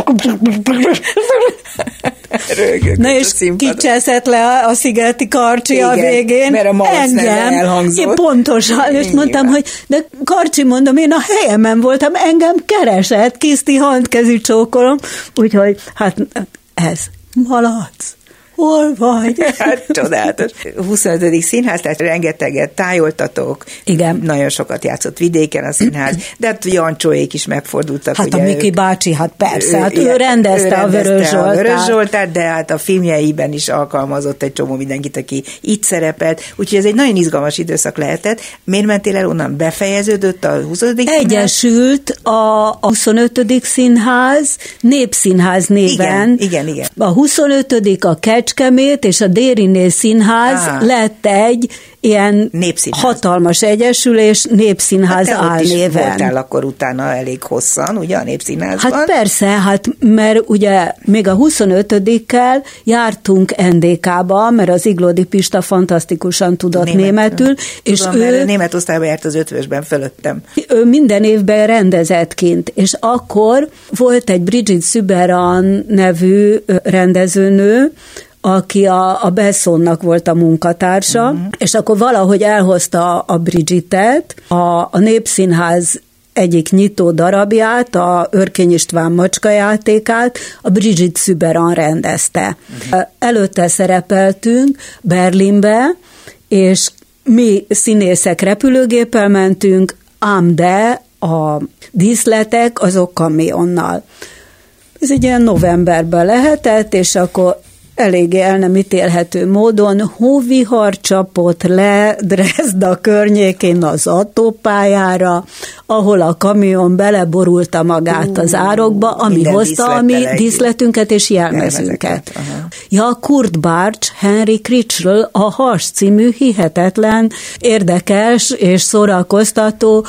S2: Rögök,
S3: na és kicseszett le a Szigeti Karcsi a végén.
S2: Mert a malac nem elhangzott.
S3: Én pontosan, és mondtam, hogy de Karcsi, mondom, én a helyemen voltam, engem keresett, Kiszti handkezi csókolom, úgyhogy hát ez, Malac. Hol vagy?
S2: Hát csodálatos. 25. színház, tehát rengeteget tájoltatok.
S3: Igen.
S2: Nagyon sokat játszott vidéken a színház, de hát Jancsóék is megfordultak.
S3: Hát ugye, a Miki bácsi, hát persze, hát ő rendezte a Vörös Zsoltárt.
S2: De hát a filmjeiben is alkalmazott egy csomó mindenkit, aki itt szerepelt. Úgyhogy ez egy nagyon izgalmas időszak lehetett. Miért mentél el onnan? Befejeződött a 25. színház?
S3: Egyesült a 25. színház, Népszínház néven.
S2: Igen.
S3: A 25. a Kecskemét és a Dériné Színház lett egy ilyen
S2: Népszínház.
S3: Hatalmas egyesülés, Népszínház álnéven.
S2: Voltál akkor utána elég hosszan, ugye a Népszínházban?
S3: Hát persze, hát mert ugye még a 25-kel jártunk NDK-ba, mert az Iglódi Pista fantasztikusan tudott németül. És ő
S2: német osztályba járt az 5-ösben fölöttem.
S3: Ő minden évben rendezett kint, és akkor volt egy Brigitte Süberan nevű rendezőnő, aki a Bessonnak volt a munkatársa, és akkor valahogy elhozta a Brigittet, a Népszínház egyik nyitó darabját, a Örkény István macskajátékát, a Brigitte Süberan rendezte. Előtte szerepeltünk Berlinbe, és mi színészek repülőgéppel mentünk, ám de a díszletek azok kamionnal. Ez egy ilyen novemberben lehetett, és akkor eléggé el nem ítélhető módon hóvihar csapott le Dresda környékén az autópályára, ahol a kamion beleborulta magát az árokba, ami hozta a mi díszletünket és jelmezünket. Ja, Kurt Bárcs, Henry Critchről a Has című hihetetlen, érdekes és szórakoztató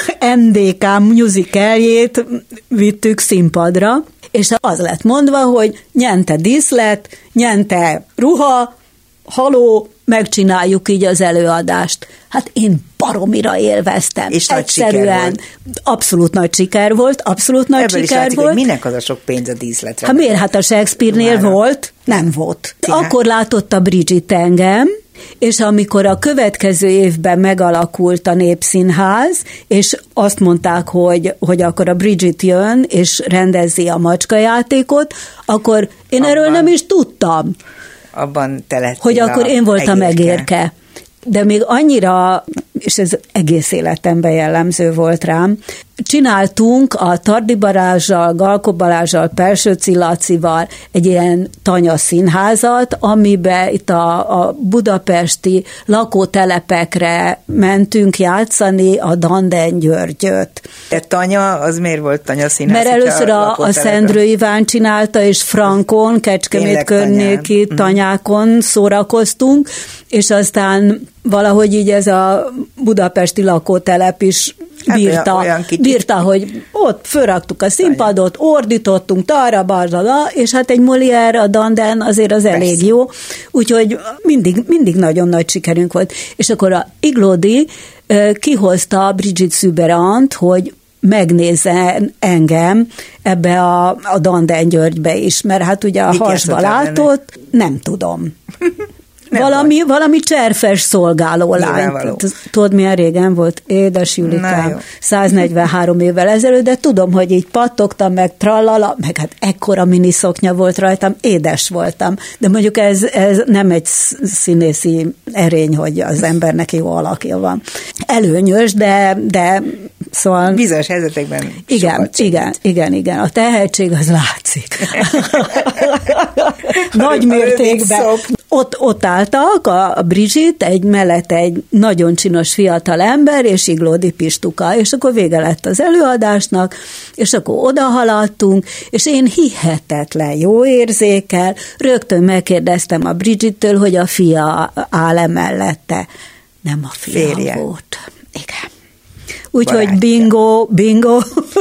S3: MDK musicaljét vittük színpadra, és az lett mondva, hogy nyente díszlet, nyente ruha, haló, megcsináljuk így az előadást. Hát én baromira élveztem.
S2: És
S3: egyszerűen abszolút nagy siker volt, abszolút nagy
S2: ebből
S3: siker
S2: látszik,
S3: volt.
S2: hogy minek az a sok pénz a díszletre?
S3: Hát miért? Hát a Shakespeare-nél volt? Nem volt. Akkor látott a Bridget engem, és amikor a következő évben megalakult a Népszínház, és azt mondták, hogy akkor a Bridget jön, és rendezi a macskajátékot, akkor én erről nem is tudtam.
S2: Abban te lettél,
S3: hogy akkor én voltam megérke. De még annyira, és ez egész életemben jellemző volt rám, csináltunk a Tardi Balázssal, Galko Balázssal, Pelsőci Lacival egy ilyen tanyaszínházat, amiben itt a budapesti lakótelepekre mentünk játszani a Danden Györgyöt.
S2: De tanya, az miért volt tanyaszínház?
S3: Mert először a Szendrő Iván csinálta, és Frankon, Kecskemét környéki tanyákon szórakoztunk, és aztán valahogy így ez a budapesti lakótelep is bírta, hogy ott fölraktuk a színpadot, ordítottunk, és hát egy Molière, a Danden azért az elég jó, úgyhogy mindig nagyon nagy sikerünk volt. És akkor a Iglódi kihozta Bridget Szüberant, hogy megnézze engem ebbe a Danden Györgybe is, mert hát ugye a Hasba látott, nem tudom. Valami cserfes szolgáló lány. Tudod, milyen régen volt? Édes Julikám, 143 évvel ezelőtt, de tudom, hogy így pattogtam, meg trallala, meg hát ekkora miniszoknya volt rajtam, édes voltam. De mondjuk ez nem egy színészi erény, hogy az embernek jó alakja van. Előnyös, de szóval...
S2: Bizonyos helyzetekben
S3: igen. A tehetség az látszik. Nagy mértékben. Ott álltak a Bridget, mellett egy nagyon csinos fiatal ember, és Iglódi Pistuka, és akkor vége lett az előadásnak, és akkor odahaladtunk, és én hihetetlen jó érzékkel rögtön megkérdeztem a Bridgettől, hogy a fia áll-e mellette. Nem a fia volt. Igen. Úgyhogy bingo.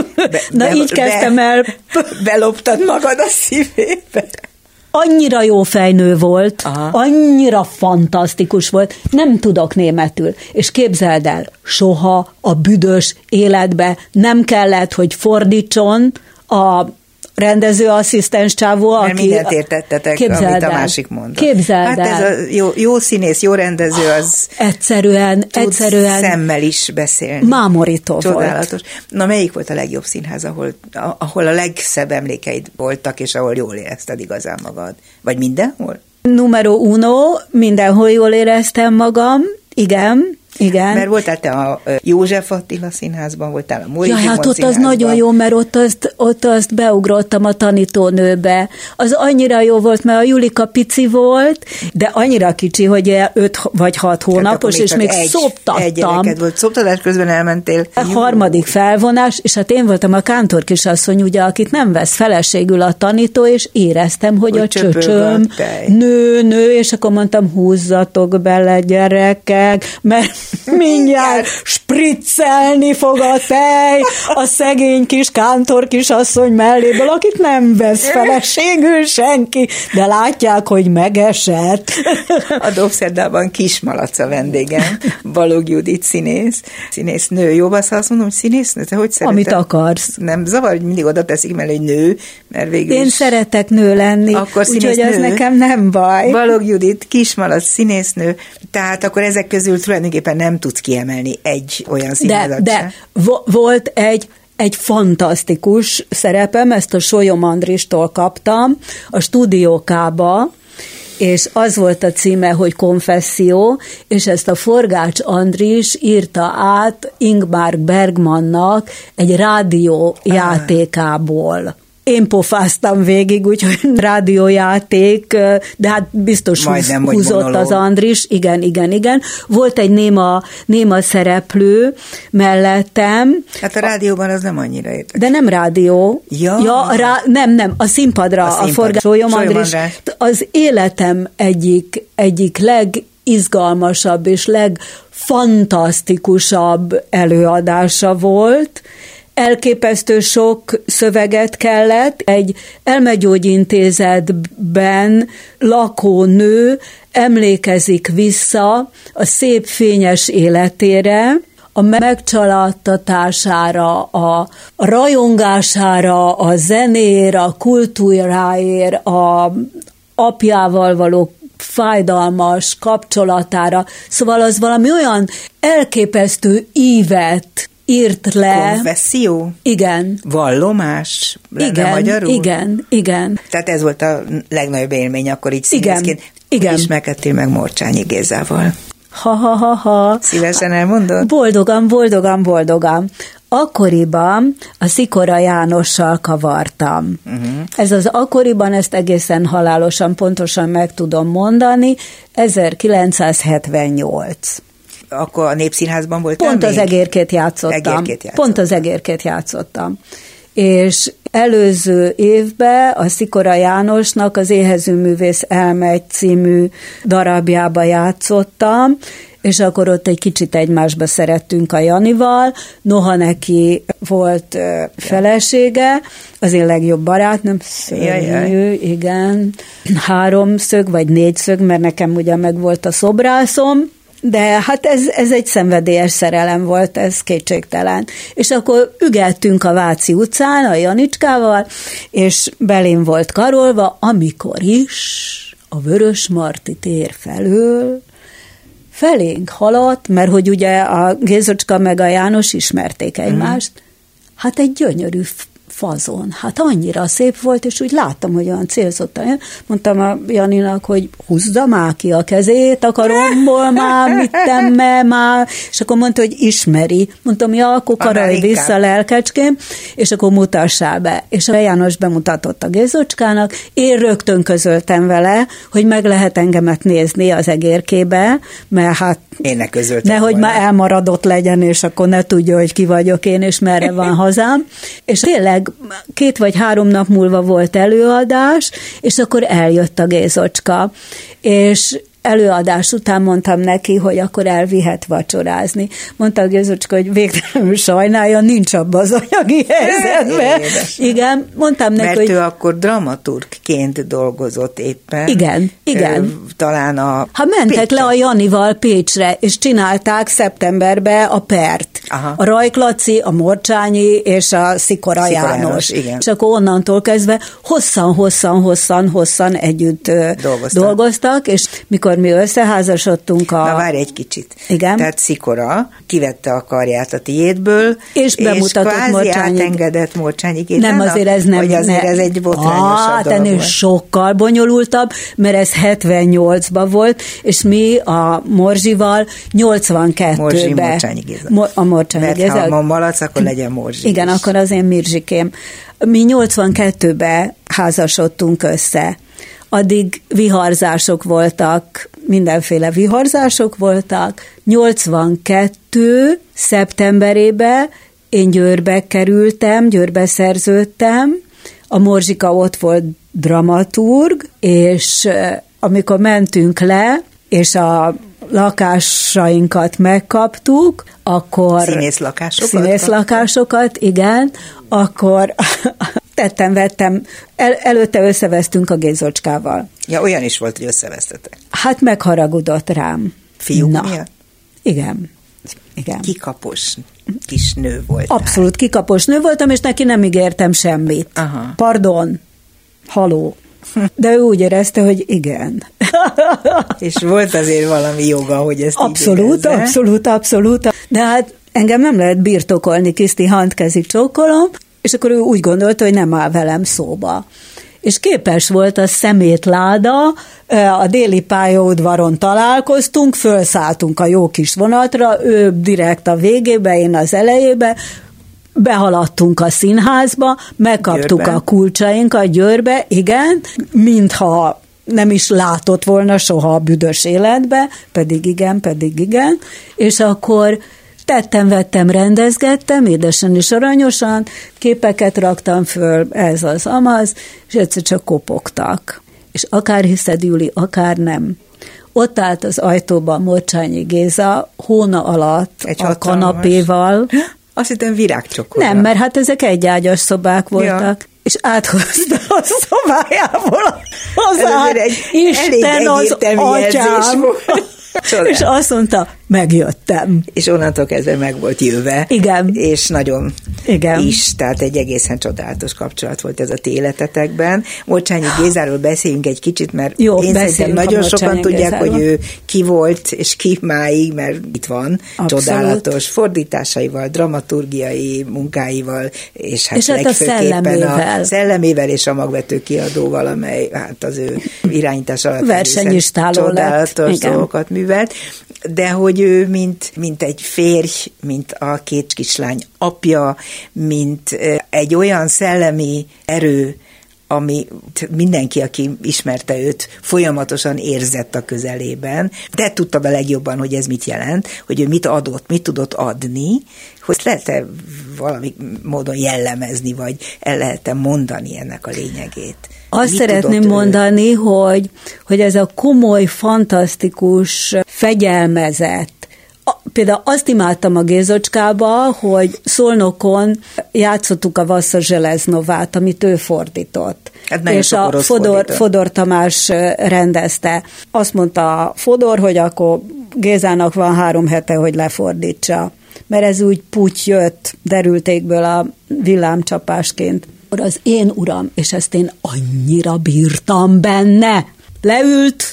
S3: Na így kezdtem el.
S2: Beloptad magad a szívébe.
S3: Annyira jó fejnő volt, annyira fantasztikus volt, nem tudok németül. És képzeld el, soha a büdös életbe nem kellett, hogy fordítson a rendezőasszisztens csávó, aki...
S2: Mert mindent értettetek, amit a másik mondott.
S3: Képzeld el.
S2: Hát ez a jó színész, jó rendező, az
S3: egyszerűen
S2: szemmel is beszélni.
S3: Mámorító
S2: csodálatos
S3: volt.
S2: Na, melyik volt a legjobb színház, ahol a legszebb emlékeid voltak, és ahol jól érezted igazán magad? Vagy mindenhol?
S3: Numero uno, mindenhol jól éreztem magam, igen.
S2: Mert voltál te a József Attila színházban, voltál a Móri Zsigmond
S3: hát ott
S2: színházban.
S3: Az nagyon jó, mert ott azt beugrottam a tanítónőbe. Az annyira jó volt, mert a Julika pici volt, de annyira kicsi, hogy 5 vagy 6 hónapos, és még szoptattam.
S2: Egy gyereked volt. Szoptatás közben elmentél.
S3: A harmadik felvonás, és hát én voltam a kántor kisasszony, ugye, akit nem vesz feleségül a tanító, és éreztem, hogy a csöcsöm nő, és akkor mondtam, húzzatok bele, gyerekek, mert mindjárt spriccelni fog a tej a szegény kis kántor kisasszony melléből, akit nem vesz feleségül senki, de látják, hogy megesett.
S2: A Dobszerdában Kismalac a vendégem, Balogh Judit színésznő. Jó basz, azt mondom, hogy színésznő? Te hogy szereted?
S3: Amit akarsz.
S2: Nem zavar, hogy mindig oda teszik mellé, hogy nő, mert végül
S3: én szeretek nő lenni, úgyhogy ez nekem nem baj.
S2: Balogh Judit, Kismalac, színésznő, tehát akkor ezek közül tulajdonképpen nem tudsz kiemelni egy olyan színházat.
S3: De volt egy fantasztikus szerepem, ezt a Solyom Andristól kaptam, a Stúdiókába, és az volt a címe, hogy Konfesszió, és ezt a Forgács Andris írta át Ingmar Bergmannak egy rádiójátékából. én pofáztam végig, úgyhogy rádiójáték, de hát biztos húzott az Andris. Igen. Volt egy néma szereplő mellettem.
S2: Hát a rádióban az nem annyira érdekes.
S3: De nem rádió. Nem, a színpadra, a forgás. Sólyom Andris. Az életem egyik legizgalmasabb és legfantasztikusabb előadása volt. Elképesztő sok szöveget kellett. Egy elmegyógyintézetben lakó nő emlékezik vissza a szép fényes életére, a megcsaládtatására, a rajongására, a zenéra, a kultúráért, a apjával való fájdalmas kapcsolatára. Szóval az valami olyan elképesztő ívet írt le.
S2: Konfesszió?
S3: Igen.
S2: Vallomás? Lenne magyarul?
S3: Igen.
S2: Tehát ez volt a legnagyobb élmény akkor így színészként.
S3: Igen.
S2: Ismerkedtél meg Morcsányi Gézával.
S3: Ha.
S2: Szívesen elmondod?
S3: Boldogan. Akkoriban a Szikora Jánossal kavartam. Ez az akkoriban, ezt egészen halálosan pontosan meg tudom mondani, 1978.
S2: Akkor a Népszínházban voltál
S3: Pont
S2: még?
S3: Az Egérkét játszottam. És előző évben a Szikora Jánosnak az Éhező művész elmegy című darabjába játszottam, és akkor ott egy kicsit egymásba szerettünk a Janival, noha neki volt felesége, az én legjobb barátnőm, szörnyű, igen, 3 szög vagy 4 szög, mert nekem ugye meg volt a szobrászom, de hát ez egy szenvedélyes szerelem volt, ez kétségtelen. És akkor ügeltünk a Váci utcán a Janicskával, és belém volt karolva, amikor is a Vörösmarty tér felől felénk haladt, mert hogy ugye a Gézocska meg a János ismerték egymást, hát egy gyönyörű fazon. Hát annyira szép volt, és úgy láttam, hogy olyan célzottan jön. Mondtam a Janinak, hogy húzza már ki a kezét a karomból, már, már. És akkor mondta, hogy ismeri. Mondtam, ja, akkor karolj vissza, lelkecském, és akkor mutassál be. És a János bemutatott a Gézocskának. Én rögtön közöltem vele, hogy meg lehet engemet nézni az Egérkébe, mert hát nehogy már elmaradott legyen, és akkor ne tudja, hogy ki vagyok én, és merre van hazám. És tényleg 2 vagy 3 nap múlva volt előadás, és akkor eljött a Gézocska, és előadás után mondtam neki, hogy akkor elvihet vacsorázni. Mondta a Gézocska, hogy végtelenül sajnálja, nincs abban az anyagi helyzetben. Igen, mondtam neki,
S2: mert ő akkor dramaturgként dolgozott éppen.
S3: Igen.
S2: Talán
S3: mentek
S2: Pécset.
S3: le a Janival Pécsre, és csinálták szeptemberben a Pert.
S2: Aha.
S3: A Rajk Laci, a Morcsányi és a Szikora János.
S2: Igen.
S3: És akkor onnantól kezdve hosszan együtt dolgoztak, és mikor mi összeházasodtunk
S2: Na várj egy kicsit.
S3: Igen.
S2: Tehát Szikora kivette a karját a tiédből,
S3: és bemutatott
S2: kvázi
S3: Morcsányi.
S2: átengedett Morcsányi Gézának?
S3: Nem, azért ez nem.
S2: Vagy azért ez egy botrányosabb dolog
S3: ennél
S2: volt?
S3: sokkal bonyolultabb, mert ez 78-ban volt, és mi a Morzsival 82-ben.
S2: Morcsányi Géza.
S3: A Morcsányi
S2: mert
S3: Géza.
S2: ha malac, akkor legyen Morzsi.
S3: Igen,
S2: is.
S3: akkor az én Mirzsikém. Mi 82-ben házasodtunk össze. Addig viharzások voltak, mindenféle viharzások voltak. 82. szeptemberében én Győrbe kerültem, Győrbe szerződtem, a Morzsika ott volt dramaturg, és amikor mentünk le, és a lakásainkat megkaptuk, akkor... Színészlakásokat, igen, akkor vettem, előtte összevesztünk a Gézocskával.
S2: Ja, olyan is volt, hogy összevesztetek.
S3: Hát megharagudott rám.
S2: Fiúk miatt?
S3: Igen.
S2: Kikapos kis nő volt.
S3: Abszolút kikapos nő voltam, és neki nem ígértem semmit.
S2: Aha.
S3: Pardon, haló. De ő úgy érezte, hogy igen.
S2: És volt azért valami joga, hogy ezt
S3: Abszolút. De hát engem nem lehet birtokolni, Kriszti handkezi csókolom, és akkor ő úgy gondolta, hogy nem áll velem szóba. És képes volt a szemétláda, a déli pályaudvaron találkoztunk, fölszálltunk a jó kis vonatra, ő direkt a végébe, én az elejébe, behaladtunk a színházba, megkaptuk Győrben a kulcsainkat Győrbe, igen, mintha nem is látott volna soha a büdös életbe, pedig igen, és akkor tettem, rendezgettem, édesen és aranyosan, képeket raktam föl, ez az amaz, és egyszer csak kopogtak. És akár hiszed, Júli, akár nem. Ott állt az ajtóban Morcsányi Géza, hóna alatt egy a kanapéval.
S2: Azt hittem virágcsokora.
S3: Nem, mert hát ezek egyágyas szobák voltak. Ja. És áthozta a szobájából Isten az atyám. És azt mondta, megjöttem.
S2: És onnantól kezdve meg volt jöve.
S3: Igen.
S2: És nagyon is, tehát egy egészen csodálatos kapcsolat volt ez a ti életetekben. Morcsányi Gézáról beszéljünk egy kicsit, mert
S3: jó,
S2: én szerintem nagyon sokan tudják, hogy ő ki volt, és ki máig, mert itt van. Abszolút. Csodálatos fordításaival, dramaturgiai munkáival, és hát legfőképpen a szellemével és a magvető kiadóval, amely hát az ő irányítás alatt csodálatos dolgokat művelt. De hogy ő mint egy férj, mint a két kislány apja, mint egy olyan szellemi erő, ami mindenki, aki ismerte őt, folyamatosan érzett a közelében. Te tudtad a legjobban, hogy ez mit jelent, hogy ő mit adott, mit tudott adni, hogy lehet-e valami módon jellemezni, vagy el lehet-e mondani ennek a lényegét.
S3: Azt szeretném mondani, hogy ez a komoly, fantasztikus, fegyelmezett. Például azt imádtam a Gézocskába, hogy Szolnokon játszottuk a Vassza Zseleznovát, amit ő fordított.
S2: Hát
S3: és a Fodor Tamás rendezte. Azt mondta Fodor, hogy akkor Gézának van 3 hete, hogy lefordítsa. Mert ez úgy puty jött derültékből a villámcsapásként. Az én uram, és ezt én annyira bírtam benne. Leült,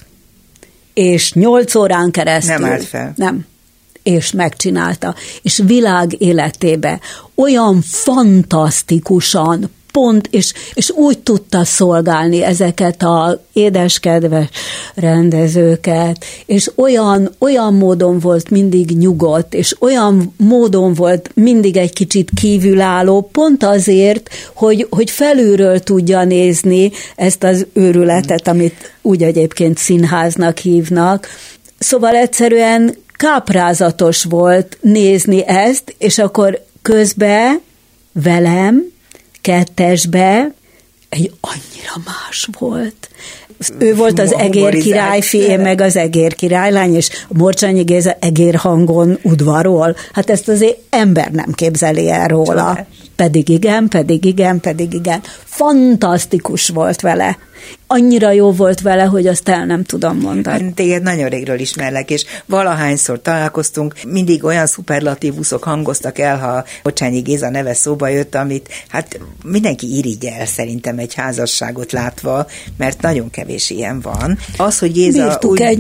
S3: és 8 órán keresztül.
S2: Nem állt fel.
S3: Nem. És megcsinálta. És világ életébe olyan fantasztikusan, pont, és úgy tudta szolgálni ezeket az édeskedves rendezőket, és olyan módon volt mindig nyugodt, és olyan módon volt mindig egy kicsit kívülálló, pont azért, hogy felülről tudja nézni ezt az őrületet, amit úgy egyébként színháznak hívnak. Szóval egyszerűen káprázatos volt nézni ezt, és akkor közben velem, kettesbe egy annyira más volt. Ő volt az Egér királyfi, én meg az Egér királylány, és Morcsányi Géza egér hangon udvarol. Hát ezt azért ember nem képzeli el róla. Pedig igen. Fantasztikus volt vele. Annyira jó volt vele, hogy azt el nem tudom mondani.
S2: Téged nagyon régről ismerlek, és valahányszor találkoztunk, mindig olyan szuperlatívuszok hangoztak el, ha Morcsányi Géza neve szóba jött, amit hát mindenki irigyel szerintem egy házasságot látva, mert nagyon kevés ilyen van. Az, hogy Géza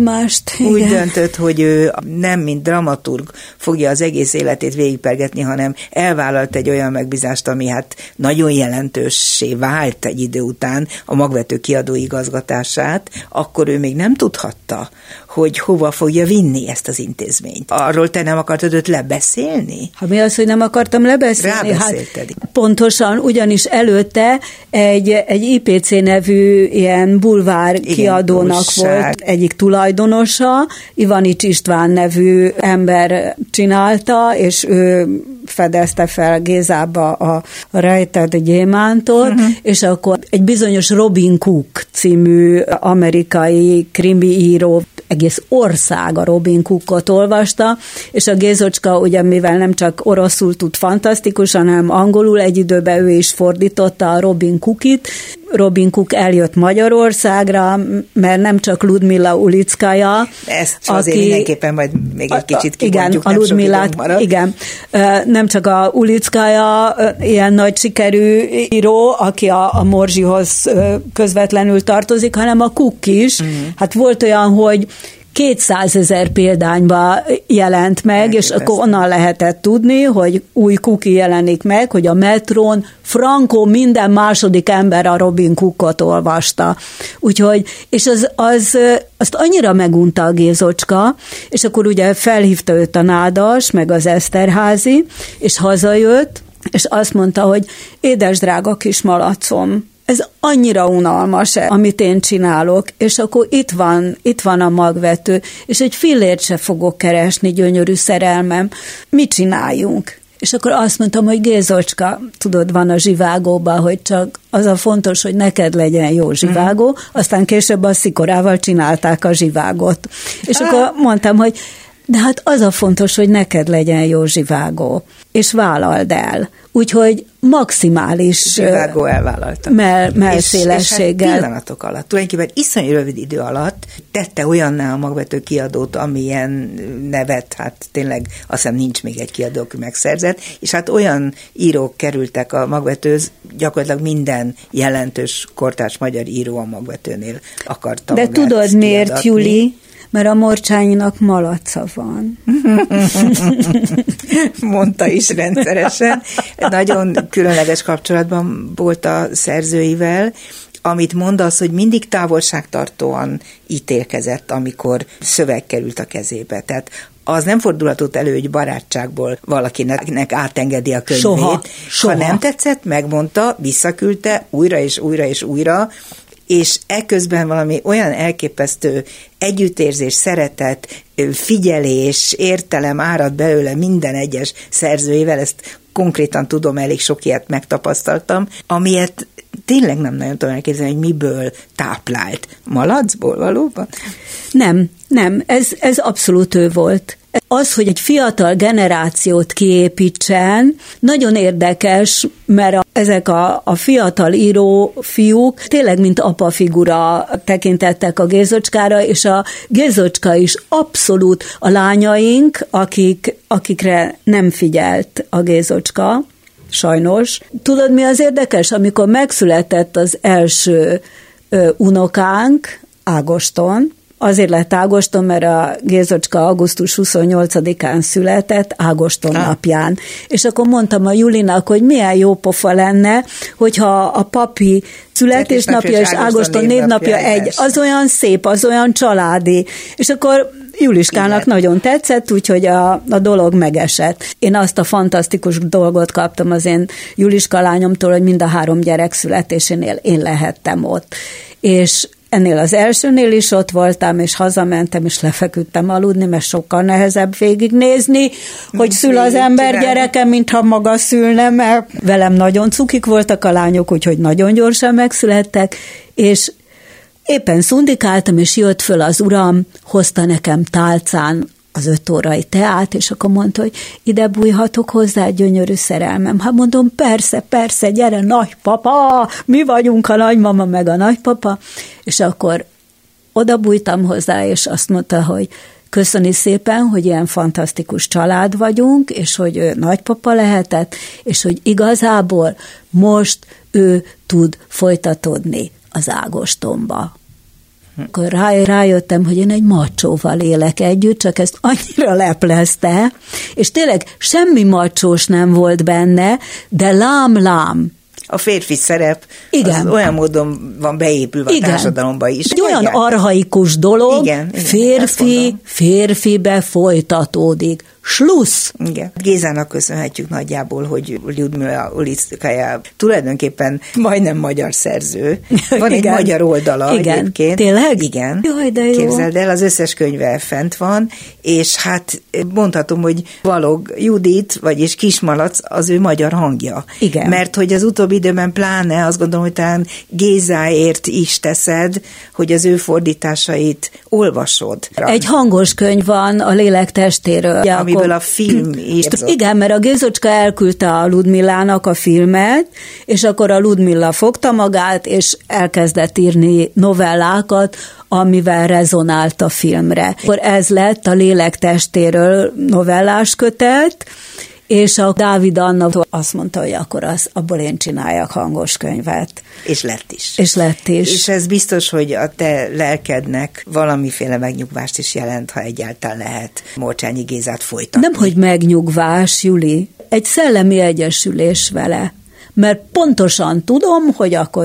S2: úgy döntött, hogy ő nem mint dramaturg fogja az egész életét végigpergetni, hanem elvállalt egy olyan megbízást, ami hát nagyon jelentőssé vált egy idő után, a magvető kiadó igazgatását, akkor ő még nem tudhatta, hogy hova fogja vinni ezt az intézményt. Arról te nem akartad őt lebeszélni?
S3: Ha mi az, hogy nem akartam lebeszélni?
S2: Rábeszélted.
S3: Hát pontosan, ugyanis előtte egy IPC nevű ilyen bulvár kiadónak volt egyik tulajdonosa, Ivanics István nevű ember csinálta, és ő fedezte fel Gézába a rejtett gyémántot, és akkor egy bizonyos Robin Cook című amerikai krimiíró, egész ország a Robin Cookot olvasta, és a Gézocska ugye, mivel nem csak oroszul tud fantasztikusan, hanem angolul, egy időben ő is fordította a Robin Cookit. Robin Cook eljött Magyarországra, mert nem csak Ludmilla Ulickaja.
S2: Ezt azért mindenképpen majd még egy kicsit kimondjuk,
S3: igen, a Ludmillát, igen. Nem csak a Ulickaja ilyen nagy sikerű író, aki a Morzsihoz közvetlenül tartozik, hanem a Cook is. Hát volt olyan, hogy 200 000 példányba jelent meg, és akkor onnan lehetett tudni, hogy új Cookie jelenik meg, hogy a metrón frankó minden második ember a Robin Cookot olvasta. Úgyhogy, és azt annyira megunta a Gézocska, és akkor ugye felhívta őt a Nádas, meg az Eszterházy, és hazajött, és azt mondta, hogy édes drága kis malacom, ez annyira unalmas, amit én csinálok, és akkor itt van a magvető, és egy fillért se fogok keresni, gyönyörű szerelmem, mit csináljunk? És akkor azt mondtam, hogy Gézocska, tudod, van a zsivágóban, hogy csak az a fontos, hogy neked legyen jó zsivágó, aztán később a szikorával csinálták a zsivágot. És akkor mondtam, hogy de hát az a fontos, hogy neked legyen jó zsivágó, és vállald el. Úgyhogy maximális
S2: zsivágó elvállalta.
S3: Mellszélességgel.
S2: És hát pillanatok alatt, tulajdonképpen iszonyú rövid idő alatt tette olyanná a magvető kiadót, amilyen nevet, hát tényleg azt hiszem nincs még egy kiadó, aki megszerzett, és hát olyan írók kerültek a magvetőhöz, gyakorlatilag minden jelentős kortárs magyar író a magvetőnél akarta.
S3: De tudod miért, Juli? Mert a Morcsányinak malaca van.
S2: Mondta is rendszeresen. Nagyon különleges kapcsolatban volt a szerzőivel. Amit mond az, hogy mindig távolságtartóan ítélkezett, amikor szöveg került a kezébe. Tehát az nem fordulhatott elő, hogy barátságból valakinek átengedi a könyvét.
S3: Soha.
S2: Ha nem tetszett, megmondta, visszaküldte újra és újra és újra, és eközben valami olyan elképesztő együttérzés, szeretet, figyelés, értelem árad belőle minden egyes szerzőjével, ezt konkrétan tudom, elég sok ilyet megtapasztaltam, amilyet tényleg nem nagyon tudom elképzelni, hogy miből táplált. Malacból valóban?
S3: Nem, ez abszolút ő volt. Az, hogy egy fiatal generációt kiépítsen, nagyon érdekes, mert ezek a fiatal író fiúk tényleg mint apafigura tekintettek a Gézocskára, és a Gézocska is abszolút a lányaink, akikre nem figyelt a Gézocska, sajnos. Tudod, mi az érdekes? Amikor megszületett az első unokánk, Ágoston, azért lett Ágoston, mert a Gézocska augusztus 28-án született, Ágoston napján. És akkor mondtam a Julinak, hogy milyen jó pofa lenne, hogyha a papi születésnapja és Ágoston névnapja egy. Az olyan szép, az olyan családi. És akkor Juliskának nagyon tetszett, úgyhogy a dolog megesett. Én azt a fantasztikus dolgot kaptam az én Juliska lányomtól, hogy mind a 3 gyerek születésénél én lehettem ott. És ennél az elsőnél is ott voltam, és hazamentem, és lefeküdtem aludni, mert sokkal nehezebb végignézni, hogy szül az ember gyereke, mintha maga szülne, mert velem nagyon cukik voltak a lányok, úgyhogy nagyon gyorsan megszülettek, és éppen szundikáltam, és jött föl az uram, hozta nekem tálcán az 5 órai teát, és akkor mondta, hogy ide bújhatok hozzá, gyönyörű szerelmem. Hát mondom, persze, gyere, nagypapa, mi vagyunk a nagymama meg a nagypapa, és akkor oda bújtam hozzá, és azt mondta, hogy köszöni szépen, hogy ilyen fantasztikus család vagyunk, és hogy ő nagypapa lehetett, és hogy igazából most ő tud folytatódni az Ágostonba. Akkor rájöttem, hogy én egy macsóval élek együtt, csak ezt annyira leplezte, és tényleg semmi macsós nem volt benne, de lám.
S2: A férfi szerep
S3: igen.
S2: Az olyan módon van beépülve a társadalomba is.
S3: Egy olyan archaikus dolog, igen, férfibe folytatódik. Slussz!
S2: Igen. Gézának köszönhetjük nagyjából, hogy Ljudmila Ulickaja tulajdonképpen majdnem magyar szerző. Van egy magyar oldala egyébként.
S3: Tényleg?
S2: Igen.
S3: Jaj, de jó.
S2: Képzeld el, az összes könyve fent van, és hát mondhatom, hogy Balogh Judit, vagyis Kismalac az ő magyar hangja.
S3: Igen.
S2: Mert hogy az utóbbi időben pláne azt gondolom, hogy talán Gézáért is teszed, hogy az ő fordításait olvasod.
S3: Egy hangos könyv van a lélek testéről.
S2: Amiből a film is.
S3: Igen, mert a Gézocska elküldte a Ludmillának a filmet, és akkor a Ludmilla fogta magát, és elkezdett írni novellákat, amivel rezonált a filmre. Akkor ez lett a lélek testéről novellás kötet, és a Dávid Anna azt mondta, hogy akkor abból én csináljak hangos könyvet.
S2: És lett is.
S3: És
S2: ez biztos, hogy a te lelkednek valamiféle megnyugvást is jelent, ha egyáltalán lehet Morcsányi Gézát folytatni.
S3: Nem, hogy megnyugvás, Juli, egy szellemi egyesülés vele. Mert pontosan tudom, hogy akkor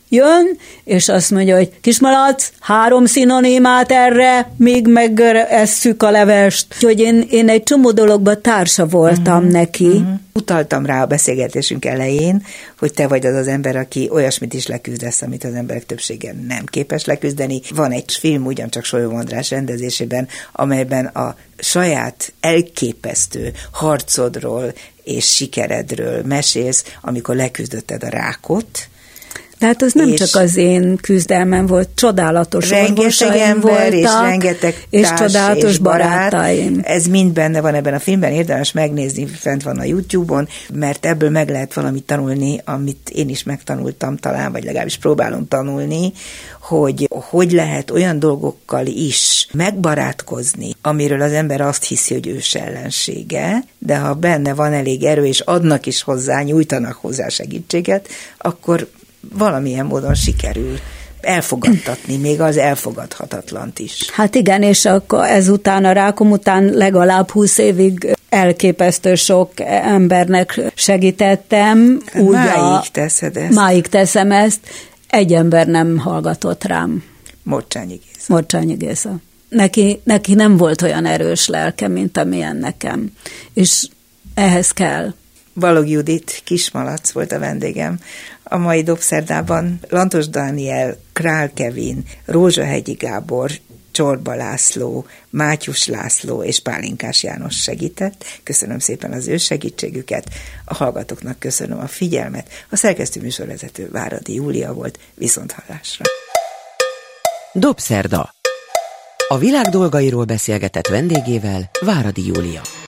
S3: jön, és azt mondja, hogy Kismalac, 3 szinonimát erre, míg megesszük a levest. Úgyhogy én egy csomó dologban társa voltam neki.
S2: Utaltam rá a beszélgetésünk elején, hogy te vagy az az ember, aki olyasmit is leküzdesz, amit az emberek többsége nem képes leküzdeni. Van egy film, ugyancsak Solyom András rendezésében, amelyben a saját elképesztő harcodról és sikeredről mesélsz, amikor leküzdötted a rákot.
S3: Tehát az nem csak az én küzdelmem volt, csodálatos orvosaim voltak,
S2: és rengeteg
S3: és csodálatos barátaim.
S2: Ez mind benne van ebben a filmben, érdemes megnézni, fent van a YouTube-on, mert ebből meg lehet valamit tanulni, amit én is megtanultam talán, vagy legalábbis próbálom tanulni, hogy lehet olyan dolgokkal is megbarátkozni, amiről az ember azt hiszi, hogy ős ellensége, de ha benne van elég erő, és adnak is hozzá, nyújtanak hozzá segítséget, akkor valamilyen módon sikerül elfogadtatni, még az elfogadhatatlant is.
S3: Hát igen, és akkor ezután, a rákom után legalább 20 évig elképesztő sok embernek segítettem.
S2: Máig teszed ezt?
S3: Máig teszem ezt. Egy ember nem hallgatott rám.
S2: Morcsányi Géza.
S3: Morcsányi Géza. Neki nem volt olyan erős lelke, mint amilyen nekem. És ehhez kell.
S2: Balog Judit, Kismalac volt a vendégem. A mai Dobszerdában Lantos Dániel, Král Kevin, Rózsahegyi Gábor, Csorba László, Mátyus László és Pálinkás János segített. Köszönöm szépen az ő segítségüket. A hallgatóknak köszönöm a figyelmet. A szerkesztő műsorvezető Váradi Júlia volt. Viszonthallásra.
S1: Dobszerda. A világ dolgairól beszélgetett vendégével Váradi Júlia.